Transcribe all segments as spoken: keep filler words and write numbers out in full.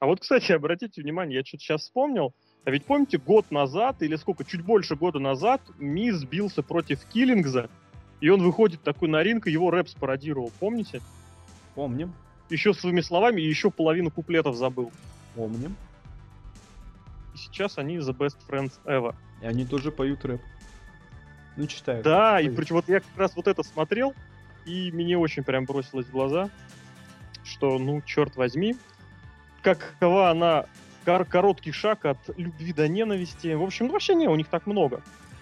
А вот, кстати, обратите внимание, я что-то сейчас вспомнил, а ведь помните, год назад, или сколько, чуть больше года назад, Миз бился против Киллингза, и он выходит такой на ринг, и его рэп спародировал, помните? Помним. Еще своими словами, и еще половину куплетов забыл. Помним. И сейчас они the best friends ever. И они тоже поют рэп. Ну, читают. Да, поют. и причем вот я как раз вот это смотрел, и мне очень прям бросилось в глаза, что, ну, черт возьми, какова она, кор- короткий шаг от любви до ненависти. В общем, ну, вообще не, у них так много.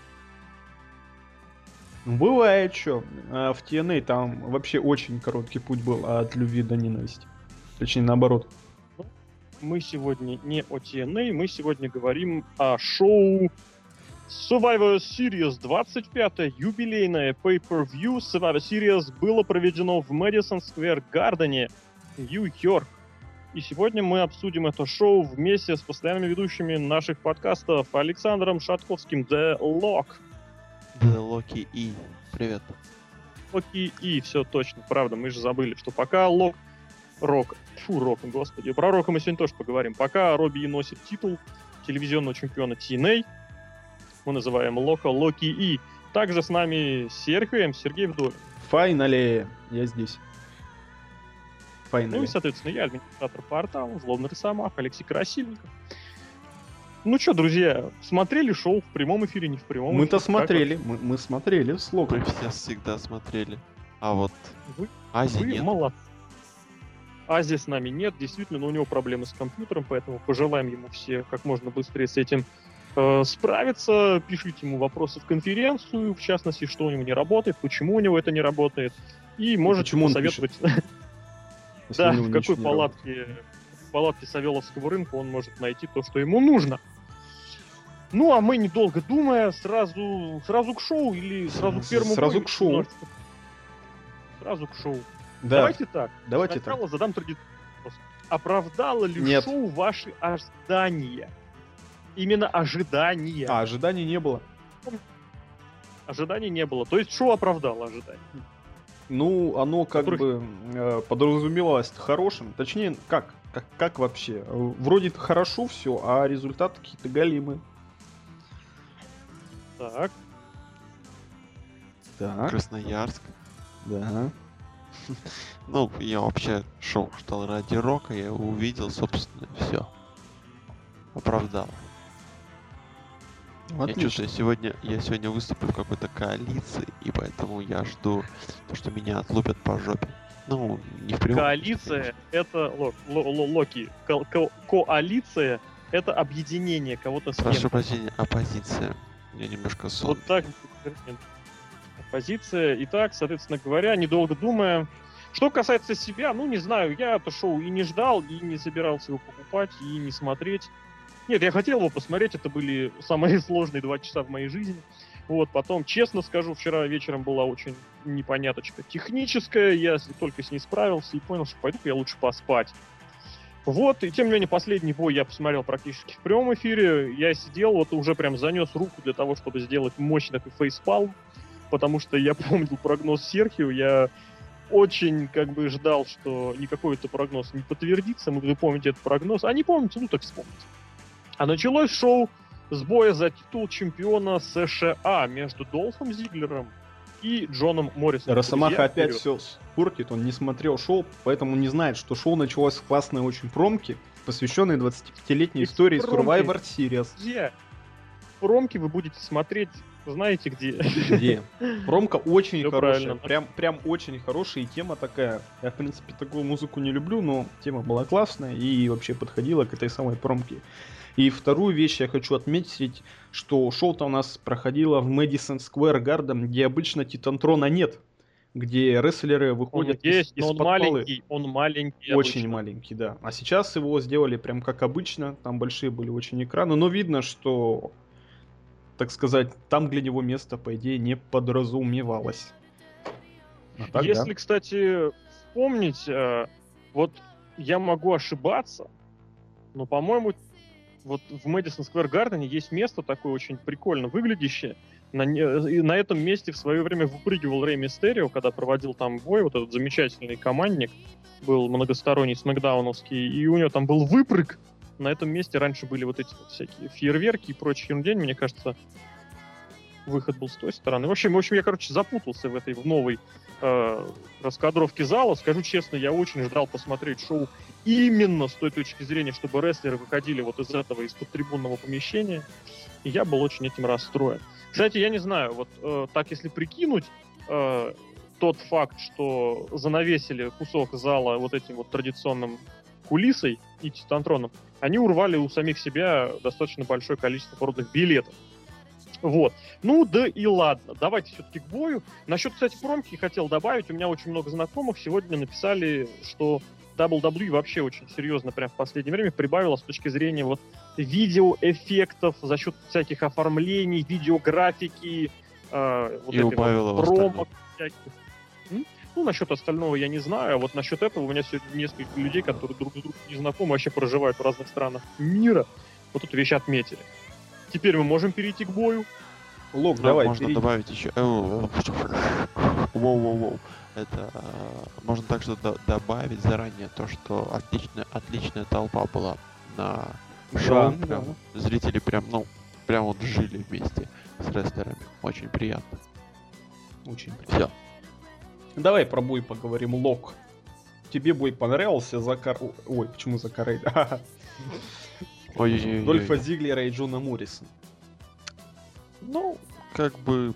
Ну, бывает что. В ти эн эй там вообще очень короткий путь был от любви до ненависти. Точнее, наоборот. Мы сегодня не о ти эн эй, мы сегодня говорим о шоу Survivor Series. двадцать пятое юбилейное pay-per-view Survivor Series было проведено в Madison Square Garden, Нью-Йорк. И сегодня мы обсудим это шоу вместе с постоянными ведущими наших подкастов Александром Шатковским, The Lock. The Loki и. Привет. Локи и, все точно, правда, мы же забыли, что пока Лок... Рок, фу, Рок, господи, про Рока мы сегодня тоже поговорим. Пока Робби И носит титул телевизионного чемпиона ти эн эй, мы называем Лока Локи И. Также с нами Серхием, Сергей Вдовин. Файнале, я здесь. Файнале. Ну и, соответственно, я, администратор портала, Злобный Росомах, Алексей Красильников. Ну что, друзья, смотрели шоу в прямом эфире, не в прямом Мы-то эфире? смотрели, мы, мы смотрели с Локом. Мы все всегда смотрели. А вот Вы, Ази вы нет. молодцы. Ази с нами нет, действительно, но у него проблемы с компьютером, поэтому пожелаем ему все как можно быстрее с этим э, справиться. Пишите ему вопросы в конференцию, в частности, что у него не работает, почему у него это не работает. И можете почему он посоветовать, Если да, у него в ничего какой не палатке, в палатке Савеловского рынка он может найти то, что ему нужно. Ну, а мы, недолго думая, сразу, сразу к шоу или сразу к первому Сразу бою? к шоу. Немножечко. Сразу к шоу. Да, Давайте так. давайте Сначала задам традиционный вопрос. Оправдало ли Нет. шоу ваши ожидания? Именно ожидания. А, ожиданий не было. Ожиданий не было. То есть шоу оправдало ожидания. Ну, оно как Которых- бы э, подразумевалось хорошим. Точнее, как? Как, как вообще? Э, Вроде хорошо все, а результаты какие-то галимые. Так. Так, Красноярск. да. Ну, я вообще шоу ждал ради Рока, я его увидел, собственно, все. Оправдал. Я Отлично. чувствую, сегодня, я сегодня выступлю в какой-то коалиции, и поэтому я жду, то, что меня отлупят по жопе. Ну, не в прямом. Коалиция — это... Ло- ло- ло- Локи. Ко- ко- Коалиция — это объединение кого-то с Прошу кем-то. прощения, оппозиция. Я немножко сон. Вот так. Позиция. Итак, соответственно говоря, недолго думая. Что касается себя, ну, не знаю, я это шоу и не ждал, и не собирался его покупать, и не смотреть. Нет, я хотел его посмотреть, это были самые сложные два часа в моей жизни. Вот, потом, честно скажу, вчера вечером была очень непоняточка техническая, я с- только с ней справился и понял, что пойду-ка я лучше поспать. Вот, и тем не менее, последний бой я посмотрел практически в прямом эфире. Я сидел, вот уже прям занес руку для того, чтобы сделать мощный фейспалм, потому что я помнил прогноз Серхио, я очень как бы ждал, что никакой это прогноз не подтвердится. Вы помните этот прогноз, а не помните, ну так вспомните. А началось шоу с боя за титул чемпиона США между Долфом Зиглером и Джоном Моррисоном. Росомаха Друзья, опять вперед. все портит, он не смотрел шоу, поэтому не знает, что шоу началось с классной очень промки, посвященной двадцатипятилетней истории Промки. Survivor Series. Друзья, промки вы будете смотреть, знаете где. Где? Промка очень Всё хорошая, правильно. прям, прям очень хорошая, и тема такая. Я, в принципе, такую музыку не люблю, но тема была классная и вообще подходила к этой самой промке. И вторую вещь я хочу отметить, что шоу-то у нас проходило в Madison Square Garden, где обычно Титантрона нет, где рестлеры Он выходят есть, из, но он из-под полы. маленький, он маленький. Очень обычно. маленький, да. А сейчас его сделали прям как обычно, там большие были очень экраны, но видно, что, так сказать, там для него место, по идее, не подразумевалось. А так, Если, да. кстати, вспомнить, э, вот я могу ошибаться, но, по-моему, вот в Мэдисон Сквер Гардене есть место такое очень прикольно выглядящее. На, и на этом месте в свое время выпрыгивал Рэй Мистерио, когда проводил там бой, вот этот замечательный командник, был многосторонний смэкдауновский, и у него там был выпрыг. На этом месте раньше были вот эти вот всякие фейерверки и прочий ерундень, мне кажется, выход был с той стороны. В общем, в общем, я, короче, запутался в этой в новой э, раскадровке зала. Скажу честно, я очень ждал посмотреть шоу именно с той точки зрения, чтобы рестлеры выходили вот из этого, из-под трибунного помещения. И я был очень этим расстроен. Кстати, я не знаю, вот э, так если прикинуть, э, тот факт, что занавесили кусок зала вот этим вот традиционным кулисой и титантроном, они урвали у самих себя достаточно большое количество породных билетов. Вот. Ну да и ладно, давайте все-таки к бою. Насчет, кстати, промки хотел добавить. У меня очень много знакомых сегодня написали, что дабл ю дабл ю и вообще очень серьезно прям в последнее время прибавила с точки зрения вот видеоэффектов за счет всяких оформлений, видеографики, э, вот И этой убавила вот в промок всяких. М? Ну, насчет остального я не знаю, а вот насчет этого у меня сегодня несколько людей, которые друг с другом не знакомы, вообще проживают в разных странах мира, вот эту вещь отметили. Теперь мы можем перейти к бою. Лок, Ну, давай, можно перейди. добавить еще. Воу-воу-воу. Это э, можно также до- добавить заранее то, что отличная, отличная толпа была на шоу. Да, Прям, да. зрители прям, ну, прям вот жили вместе с рестлерами. Очень приятно. Очень приятно. Все. Давай про бой поговорим, Лок. Тебе бой понравился? Закар... Ой, почему Закар Рейдер? Ой-ой-ой. Дольфа Зиглера и Джона Моррисона. Ну, как бы...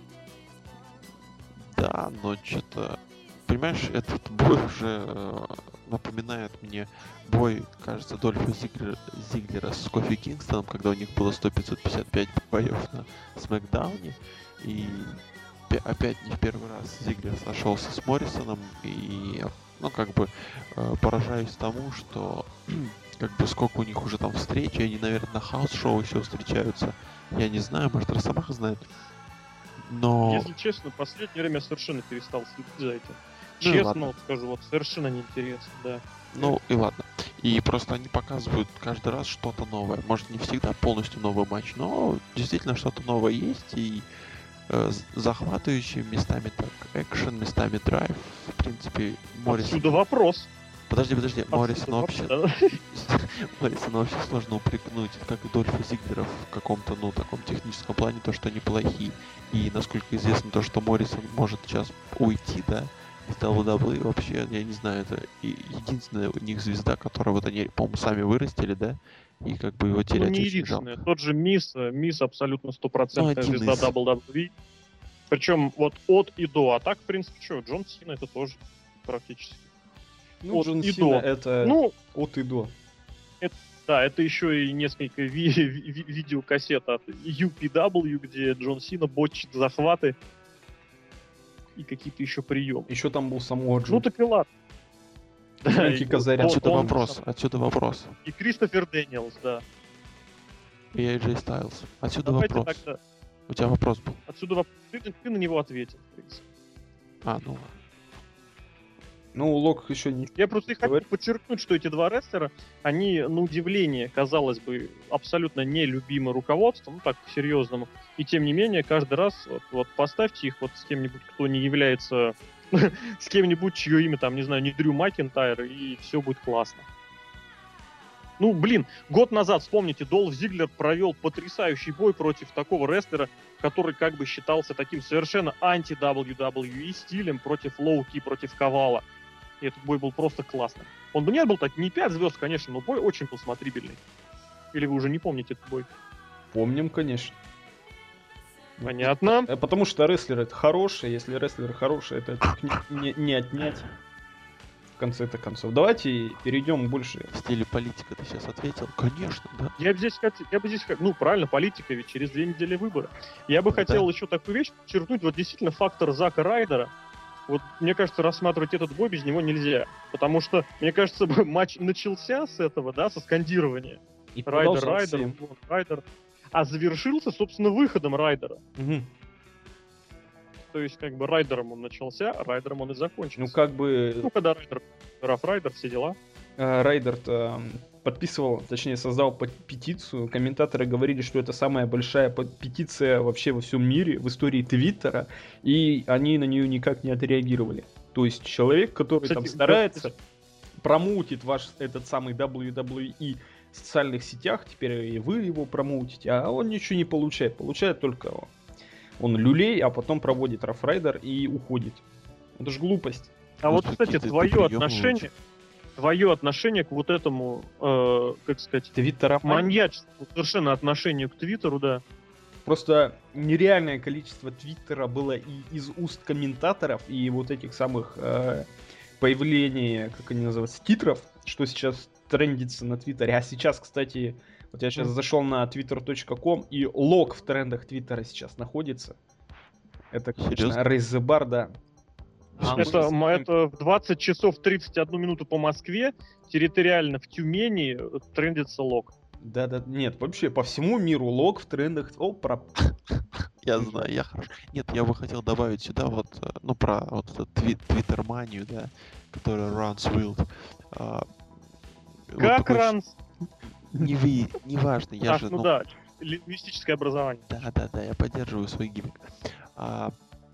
Да, но что-то... Понимаешь, этот бой уже э, напоминает мне бой, кажется, Дольфа Зиглера, Зиглера с Кофи Кингстоном, когда у них было сто пятьсот пятьдесят пять боев на Смэкдауне. И пе- опять не в первый раз Зиглер сошелся с Моррисоном. И, ну, как бы, э, поражаюсь тому, что как бы сколько у них уже там встреч, и они, наверное, на хаус-шоу еще встречаются. Я не знаю, может, Росомаха знает. Но... Если честно, в последнее время я совершенно перестал следить за этим. Ну и Честно, ладно. вот скажу, вот совершенно неинтересно, да. Ну и ладно. И просто они показывают каждый раз что-то новое. Может, не всегда полностью новый матч, но действительно что-то новое есть. И э, з- захватывающий местами так экшен, местами драйв. В принципе, Моррисон... Отсюда вопрос. Подожди, подожди. Отсюда Моррисона вопрос, вообще... да. Моррисона вообще сложно упрекнуть, как и Дольфа Зиглера в каком-то, ну, таком техническом плане, то, что они плохие. И, насколько известно, то, что Моррисон может сейчас уйти, да, из дабл ю дабл ю, вообще, я не знаю, это и единственная у них звезда, которую вот они, по-моему, сами вырастили, да, и как бы его Ну, терять не очень единственное. жалко. Тот же Мисс, э, Мисс абсолютно Ну, стопроцентная один звезда из. дабл ю дабл ю и. Причем вот от и до. А так, в принципе, что, Джон Сина это тоже практически. Ну, От Джон и Сина до. это Ну, от и до. да, это еще и несколько ви- ви- ви- видеокассет от ю пи дабл ю, где Джон Сина бочит захваты и какие-то еще приемы. Еще там был Самуа Ну Джо. так и ладно. Да, Фрэнки и Казарян. он- Отсюда он вопрос, сам- отсюда вопрос. И Кристофер Дэниелс, да. И эй джей Стайлз. Отсюда Давайте вопрос. тогда. У тебя вопрос был. Отсюда вопрос. Ты, ты на него ответил, в принципе. А, ну. Ну, Лок еще не... Я просто и хочу Говори. подчеркнуть, что эти два рестлера, они, на удивление, казалось бы, абсолютно нелюбимы руководством, ну так, по-серьезному. И тем не менее, каждый раз вот, вот поставьте их вот с кем-нибудь, кто не является... с кем-нибудь, чье имя там, не знаю, не Дрю Макентайр, и все будет классно. Ну, блин, год назад, вспомните, Долф Зиглер провел потрясающий бой против такого рестлера, который как бы считался таким совершенно анти-дабл ю дабл ю и стилем против Лоуки, против Ковала. И этот бой был просто классным. Он бы не был так, не пять звезд, конечно, но бой очень был смотрибельный. Или вы уже не помните этот бой? Помним, конечно. Понятно. Э, Потому что рестлер это хороший, если рестлер хороший, это от них не, не отнять. В конце-то концов. Давайте перейдем больше. В стиле политика ты сейчас ответил? Конечно, да. Я бы здесь хотел, я бы здесь, хот- ну, правильно, политика, ведь через две недели выборы. Я бы Да. хотел еще такую вещь подчеркнуть, вот действительно фактор Зака Райдера. Вот, мне кажется, рассматривать этот бой без него нельзя. Потому что, мне кажется, матч начался с этого, да, со скандирования. И Райдер, продолжался Райдер, им. вот, Райдер. А завершился, собственно, выходом Райдера. Мгм. То есть, как бы, Райдером он начался, а Райдером он и закончился. Ну, как бы Ну, когда Райдер, Раф Райдер, все дела. э, Райдер-то м, подписывал, точнее создал петицию. Комментаторы говорили, что это самая большая петиция вообще во всем мире, в истории Твиттера, и они на нее никак не отреагировали. То есть человек, который Кстати, там старается, да, промоутит ваш этот самый дабл ю дабл ю и в социальных сетях, теперь и вы его промоутите, а он ничего не получает. Получает только он люлей, а потом проводит рафрайдер и уходит. Это же глупость. А вот, кстати, твое отношение... Твое отношение к вот этому, э, как сказать, маньяческому совершенно отношению к Твиттеру, да. Просто нереальное количество Твиттера было и из уст комментаторов, и вот этих самых э, появлений, как они называются, титров, что сейчас трендится на Твиттере. А сейчас, кстати, вот я сейчас mm. зашел на твиттер точка ком, и лог в трендах Твиттера сейчас находится. Это, конечно, Raise the Bar, да. А, это, мы... это в двадцать часов тридцать одну минуту по Москве, территориально в Тюмени трендится лог. Да-да, нет, вообще по всему миру лог в трендах. О, про... Я знаю, я хорошо. Нет, я бы хотел добавить сюда вот, ну, про вот эту твиттер-манию, да, которая runs wild. А, как вот runs? Не вы, не важно, я Ах, же... ну, ну да, лингвистическое образование. Да-да-да, я поддерживаю свой гиммик. А,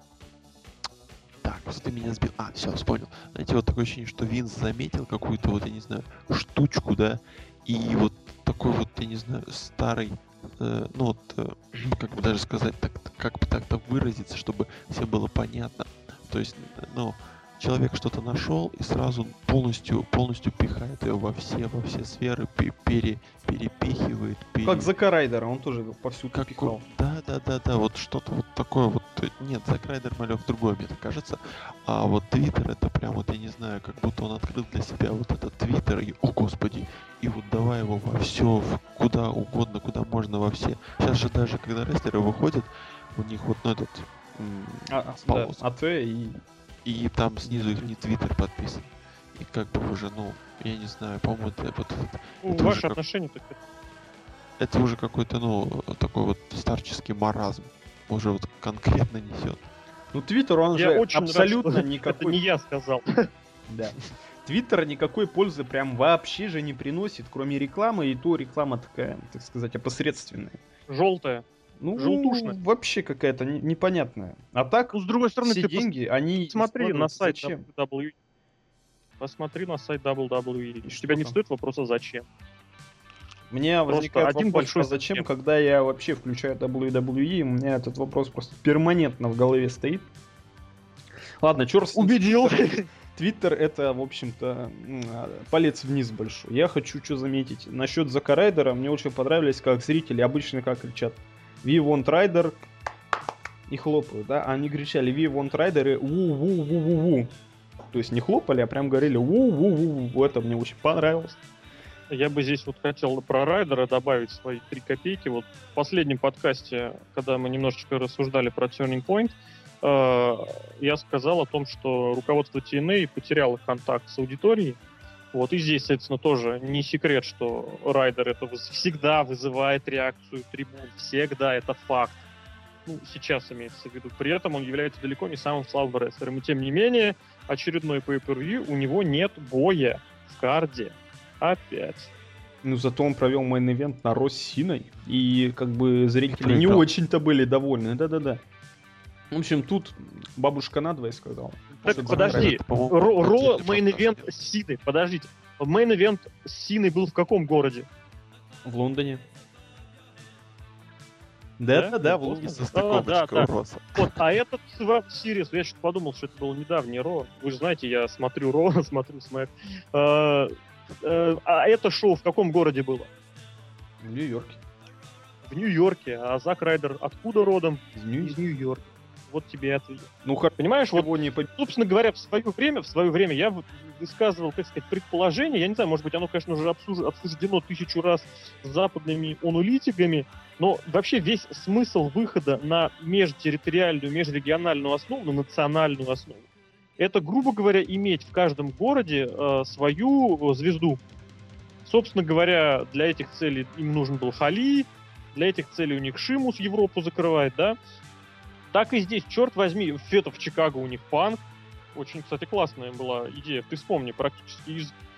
Так, что ты меня сбил. А, все, вспомнил. Знаете, вот такое ощущение, что Винс заметил какую-то, вот, я не знаю, штучку, да, и вот такой вот, я не знаю, старый, э, ну вот, э, как бы даже сказать, так, как бы так-то выразиться, чтобы всем было понятно. То есть, ну, человек что-то нашел и сразу полностью, полностью пихает ее во все, во все сферы, пере, перепихивает. Пере... Как Зака Райдера, он тоже повсюду как пихал. Да, да, да, да, вот что-то вот такое вот. Нет, Зак Райдер малек другой, мне так кажется. А вот Твиттер, это прям вот, я не знаю, как будто он открыл для себя вот этот Твиттер, и, о господи, и вот давай его во все, куда угодно, куда можно, во все. Сейчас же даже, когда рестлеры выходят, у них вот, ну, этот... М- а, да, АТ и... И там снизу их не Твиттер подписан. И как бы уже, ну, я не знаю, по-моему, это вот... Ну, это ваши отношения как... Это уже какой-то, ну, такой вот старческий маразм. Уже вот конкретно несет. Ну, Твиттер, он я же очень абсолютно рад, никакой... Это не я сказал. Да. Твиттер никакой пользы прям вообще же не приносит, кроме рекламы, и то реклама такая, так сказать, опосредственная. Желтая. Ну, желтушная. Вообще какая-то не- непонятная. А так, ну, с другой стороны, все ты деньги, пос... они... Смотри на сайт зачем? дабл ю дабл ю и. Посмотри на сайт дабл ю дабл ю и. И У тебя не там? стоит вопроса «Зачем?». Мне Просто возникает один вопрос, большой а зачем, зачем? когда я вообще включаю дабл ю дабл ю и, у меня этот вопрос просто перманентно в голове стоит. Ладно, чё раз... Убедил. Твиттер это, в общем-то, палец вниз большой. Я хочу что заметить. Насчет Зака Райдера, мне очень понравились, как зрители обычно как кричат. We want Rider и хлопают, да? Они кричали We want Rider и ву-ву-ву-ву-ву. То есть не хлопали, а прям говорили ву-ву-ву-ву. Это мне очень понравилось. Я бы здесь вот хотел про Райдера добавить свои три копейки. Вот в последнем подкасте, когда мы немножечко рассуждали про Turning Point, э, я сказал о том, что руководство ти эн эй потеряло контакт с аудиторией. Вот, и здесь, соответственно, тоже не секрет, что Райдер это всегда вызывает реакцию трибун. Всегда, это факт. Ну, сейчас имеется в виду. При этом он является далеко не самым слабым рестлером. И тем не менее, очередной pay-per-view, у него нет боя в карде. Опять. Ну, зато он провел мейн-ивент на Ро с Синой. И как бы зрители И не проиграл. очень-то были довольны. Да-да-да. В общем, тут бабушка надвое сказала. Так, После подожди. Это, по-моему, Ро, Ро отдельный мейн-ивент подкаст. с Синой. Подождите. Мейн-ивент с Синой был в каком городе? В Лондоне. Да? Да-да-да, в Ну, Лондоне. А, да, Состыковочка да. вопроса. Вот, а этот Survivor Series, я что-то подумал, что это был недавний Ро. Вы же знаете, я смотрю Ро, смотрю Смэк. А, а, а это шоу в каком городе было? В Нью-Йорке. В Нью-Йорке. А Зак Райдер откуда родом? Из Нью- Из Нью-Йорка. Вот тебе и ответ. Ну, хорошо, Понимаешь, вот, его не по- собственно говоря, в свое время, в свое время я вот высказывал, так сказать, предположение, я не знаю, может быть, оно, конечно, уже обсуж- обсуждено тысячу раз с западными аналитиками, но вообще весь смысл выхода на межтерриториальную, межрегиональную основу, на национальную основу, это, грубо говоря, иметь в каждом городе э, свою звезду. Собственно говоря, для этих целей им нужен был Хали, для этих целей у них Шимус Европу закрывает, да. Так и здесь, черт возьми, это в Чикаго у них Панк. Очень, кстати, классная была идея. Ты вспомни, практически из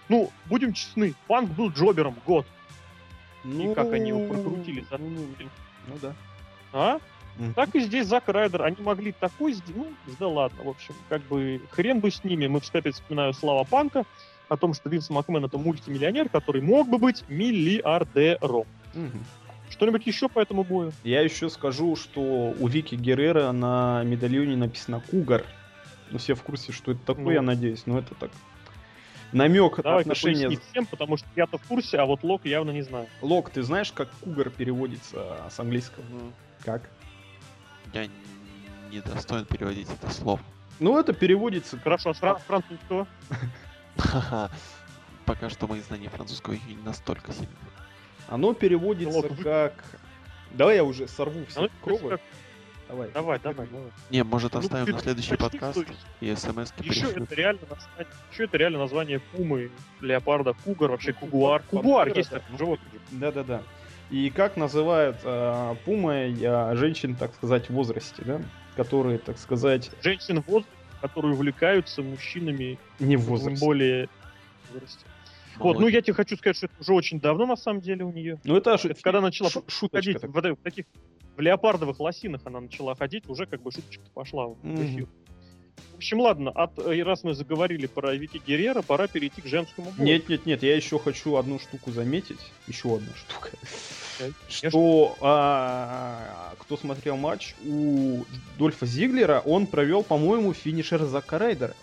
Ну, будем честны, Панк был джобером год. Ну, И как они его прокрутили. за- Ну, ну, ну да. А? Мгм. Так и здесь Зак Райдер. Они могли такой сделать. Ну, да ладно, в общем, как бы хрен бы с ними. Мы опять вспоминаю слова Панка о том, что Винс Макмен это мультимиллионер, который мог бы быть миллиардером. Мгм. Что-нибудь еще по этому бою? Я еще скажу, что у Вики Геррера на медальоне написано «Кугар». Ну, все в курсе, что это такое, Ну. я надеюсь. Но это так. Намек на Давай-ка отношения. поясни всем, потому что я-то в курсе, а вот Лок явно не знаю. Лок, ты знаешь, как «Кугар» переводится с английского? Как? Я не достоин переводить это слово. Ну, это переводится... Хорошо, а с фран- французского? Ха-ха. Пока что мои знания французского еще не настолько сильны. Оно переводится Лок, вы- как... Давай я уже сорву все Оно кровы. как- Давай. Давай, давай, давай. Не, может Ну, оставим ты на следующий почти подкаст что- и смс Еще пришлют. это реально название, еще это реально название пумы, леопарда, кугар, вообще Ну, кугуар. пан- Кугуар пантера, есть да. такое животное. Да-да-да. И как называют э, пумой э, женщин, так сказать, в возрасте, да? Которые, так сказать, Женщин в возрасте, которые увлекаются мужчинами, не в тем возрасте. более в возрасте. Вот, ну я тебе хочу сказать, что это уже очень давно на самом деле у нее. Ну это, шу- Это когда начала шу- шуточка ходить такая. в, в таких в леопардовых лосинах она начала ходить, уже как бы шуточка пошла в Мгм. эфир. В общем, ладно, от, э, раз мы заговорили про Вики Геррера, пора перейти к женскому бою. Нет, нет, нет, я еще хочу одну штуку заметить. Еще одна штука. Окей. Что а, кто смотрел матч, у Дольфа Зиглера он провел, по-моему, финишер Зака Райдера.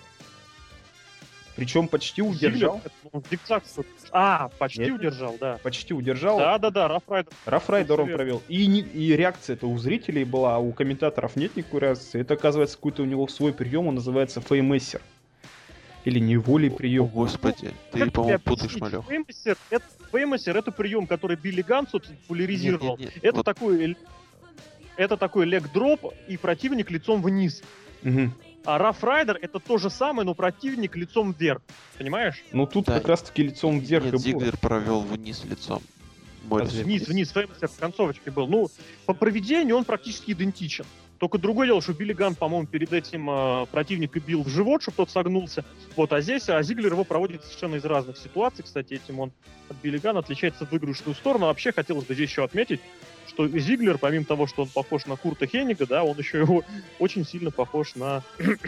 Причем почти удержал. Зиглер, это, ну, зигзаг, что- А, почти Нет. удержал, да. Почти удержал. Да-да-да, Раф Райдер. Раф Райдер он Верно. провел. И, не- и реакция-то у зрителей была, а у комментаторов нет никакой реакции. Это, оказывается, какой-то у него свой прием, он называется феймессер. Или неволей О, прием. господи, ты, Как по-моему, тебе путаешь, объяснить? малек. Феймосер это, феймосер это прием, который Билли Ганн, собственно, популяризировал. Нет, нет, нет, Это вот- такой л- это такой лег-дроп и противник лицом вниз. Мгм. А Раф Райдер это то же самое, но противник лицом вверх. Понимаешь? Ну тут Да. как раз-таки лицом вверх и Нет, было. Зиглер провел вниз лицом. Мой Разве? результат. Вниз, вниз, феймосер с концовочкой был. Ну, по проведению он практически идентичен. Только другое дело, что Билли Ганн, по-моему, перед этим э, противника бил в живот, чтобы тот согнулся. Вот, а здесь а Зиглер его проводит совершенно из разных ситуаций. Кстати, этим он от Билли Ганна отличается в выигрышную сторону. А вообще, хотелось бы здесь еще отметить, что Зиглер, помимо того, что он похож на Курта Хеннига, да, он еще его очень сильно похож на,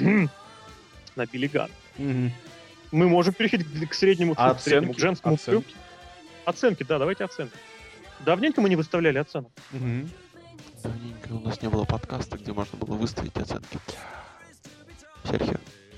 на Билли Ганна. Мгм. Мы можем перейти к, к среднему, А к среднему, оценки? к женскому. Оценки? Оценки, да, давайте оценки. Давненько мы не выставляли оценок. Мгм. Давненько у нас не было подкаста, где можно было выставить оценки. Серхио.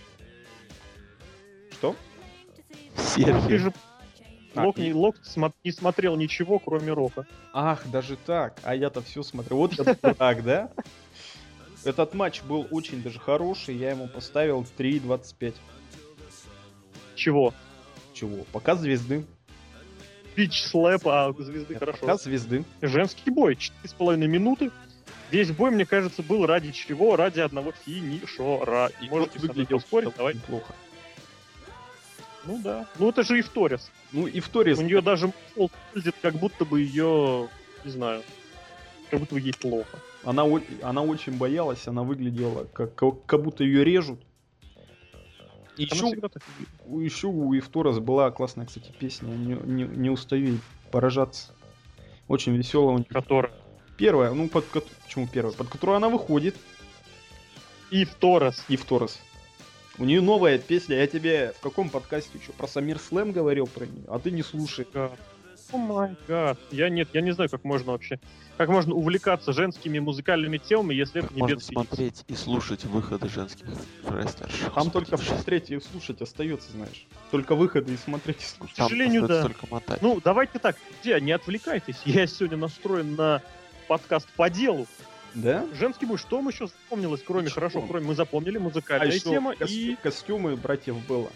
Что? Ты Серхио. же А, Лок, и- не, Лок смо- не смотрел ничего, кроме Рока. Ах, даже так. А я-то все смотрю. Вот я так, да? Этот матч был очень даже хороший. Я ему поставил три двадцать пять. Чего? Чего? Пока звезды. Пич слэп, а у звезды Нет, хорошо. Пока звезды. Женский бой, четыре с половиной минуты. Весь бой, мне кажется, был ради чего? Ради одного финишера. И Можете вот со мной выглядел спорить, давай. неплохо. Ну да. Ну это же и в Торис. Ну и в Торис. У нее даже мол выглядит, как будто бы ее, не знаю, как будто бы ей плохо. Она, о- она очень боялась, она выглядела как, как, как будто ее режут. И Она еще, всегда так выглядит. еще у Ивторос была классная, кстати, песня. Не, не, не устаю ей поражаться. Очень веселая у них. Которая. Первая, ну под ко- почему первая? Под которую она выходит. И в Торис. Ивторос. У нее новая песня. Я тебе в каком подкасте еще про Самир Слэм говорил про нее, а ты не слушай. О май гад. Я нет, я не знаю, как можно вообще. Как можно увлекаться женскими музыкальными темами, если Как это не можно Бет Филипс. смотреть и слушать выходы женских рестлерш. Там только смотреть и слушать остается, знаешь. Только выходы и смотреть и слушать. К сожалению, да. только мотать. Ну, давайте так, где, не отвлекайтесь. Я сегодня настроен на подкаст по делу. Да? Женский бой, что вам еще запомнилось, кроме, Ничего. хорошо, кроме, мы запомнили А музыкальная еще тема кос- и... костюмы братьев Белла.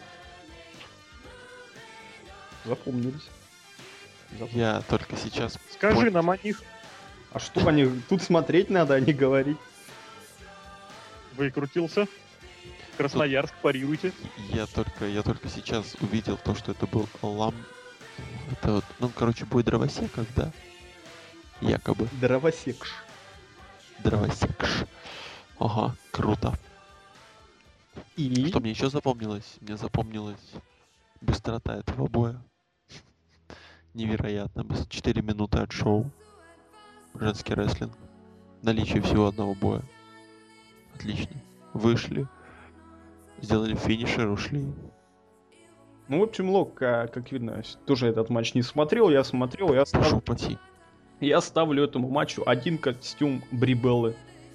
Запомнились. Запом- Я только сейчас... Скажи понял. нам о них. А что они... Тут смотреть надо, а не говорить. Выкрутился. Красноярск, парируйте. Я только, я только сейчас увидел то, что это был лам... Это вот, ну, короче, бой дровосеков, да? Якобы. Дровосекш. Дровосекш. Ага, круто. И... Что мне еще запомнилось? Мне запомнилось Быстрота этого боя. Невероятно. четыре минуты от шоу. Женский рестлинг. Наличие всего одного боя. Отлично. Вышли. Сделали финишер, ушли. Ну, в общем, Лок, как, как видно, тоже этот матч не смотрел. Я смотрел, я, Прошу став... пойти. я ставлю этому матчу один костюм Бри Беллы.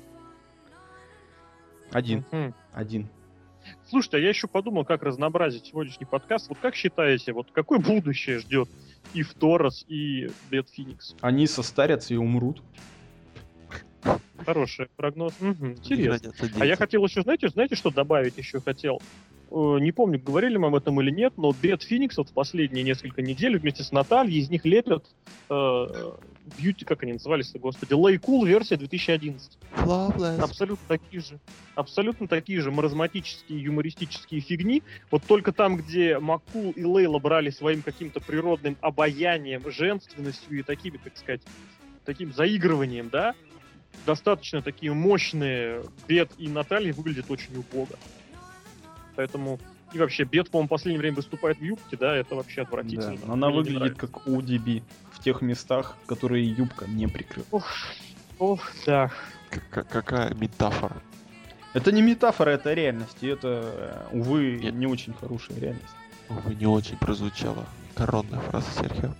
Один. Мгм. Один. Слушайте, а я еще подумал, как разнообразить сегодняшний подкаст. Вот как считаете, вот какое будущее ждет и в Торос, и Дед Феникс? Они состарятся и умрут. Хороший прогноз. Мгм, Не интересно. родятся А я дети. хотел еще, знаете, знаете, что добавить еще хотел? Э, Не помню, говорили мы об этом или нет, но Дед Феникс вот в последние несколько недель вместе с Натальей из них лепят э, бьюти, как они назывались-то, господи, Лейкул версия две тысячи одиннадцать. Flawless. Абсолютно такие же. Абсолютно такие же маразматические, юмористические фигни. Вот только там, где Маккул и Лейла брали своим каким-то природным обаянием, женственностью и такими, так сказать, таким заигрыванием, да, достаточно такие мощные. Бет и Наталья выглядят очень убого. Поэтому и вообще Бет, по-моему, в последнее время выступает в юбке, да, это вообще Да, отвратительно. но она Мне не выглядит нравится. как о ди би в тех местах, которые юбка не прикрыла. Ох, ох, да. К- Какая метафора. Это не метафора, это реальность. И это, э, увы, Нет. не очень хорошая реальность. Увы, не очень прозвучала коронная фраза Серхио.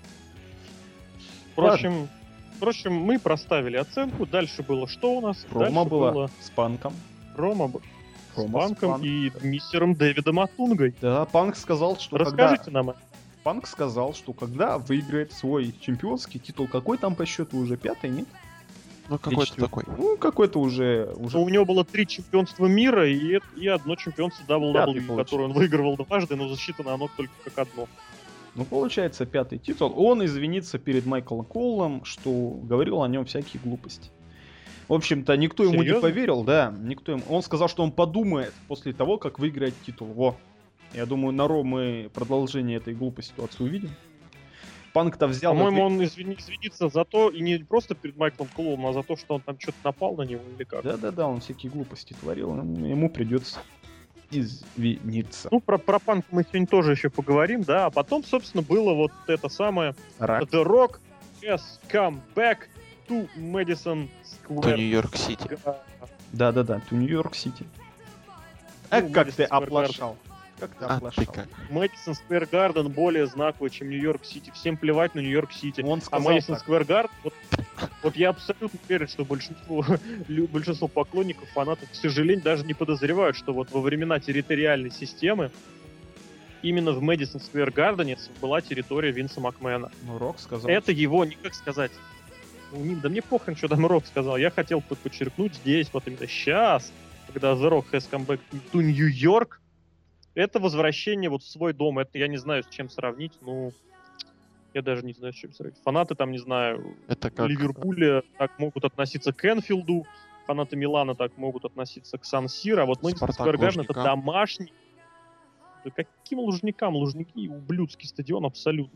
Впрочем, впрочем, мы проставили оценку. Дальше было что у нас? Промо Дальше была было с Панком. промо б- с Промо с Панком Панком, и да. мистером Дэвидом Атунгой. Да, Панк сказал, что Расскажите когда... нам. это. Панк сказал, что когда выиграет свой чемпионский титул, какой там по счету уже пятый, нет? Ну, Или какой-то четвёртый? такой. Ну, какой-то уже... уже... Ну, у него было три чемпионства мира и, это- и одно чемпионство дабл ю дабл ю и, Пятый которое он выигрывал дважды, но засчитано оно только как одно. Ну, получается, пятый титул. Он извинится перед Майклом Коулом, что говорил о нем всякие глупости. В общем-то, никто ему не Серьезно? поверил, да. Никто ему... Он сказал, что он подумает после того, как выиграет титул. Во. Я думаю, на Ро мы продолжение этой глупой ситуации увидим. Панк-то взял... По-моему, отве- он извини- извинится за то, и не просто перед Майклом Клоуном, а за то, что он там что-то напал на него или как. Да-да-да, он всякие глупости творил. ему- Ему придется извиниться. Ну, про, про панк мы сегодня тоже еще поговорим, да. А потом, собственно, было вот это самое Рак. The Rock has come back to Madison То Square. Нью-Йорк-Сити. Garden. Да-да-да, to Нью-Йорк-Сити. Эх, Ну, как Madison ты Square Garden. оплошал. Как ты А ты оплошал. как? Madison Square Garden более знаковый, чем Нью-Йорк-Сити. Всем плевать на Нью-Йорк-Сити. Он А сказал Madison так. Square Garden, вот, вот я абсолютно уверен, что большинство, лю- большинство поклонников, фанатов, к сожалению, даже не подозревают, что вот во времена территориальной системы именно в Madison Square Garden была территория Винса Макмена. Ну, Рок сказал. Это его, не как сказать, ну, не- да мне похрен, что там Рок сказал. Я хотел под- подчеркнуть здесь, вот именно сейчас, когда The Rock has come back to New York, это возвращение вот в свой дом. Это я не знаю, с чем сравнить, ну, я даже не знаю, с чем сравнить. Фанаты там, не знаю, Это как... Ливерпуля так могут относиться к Энфилду, фанаты Милана так могут относиться к Сан-Сиро, а вот Мэдисон Спартак Сквер Гарден это Лужникам. домашний. Да каким Лужникам? Лужники ублюдский стадион абсолютно.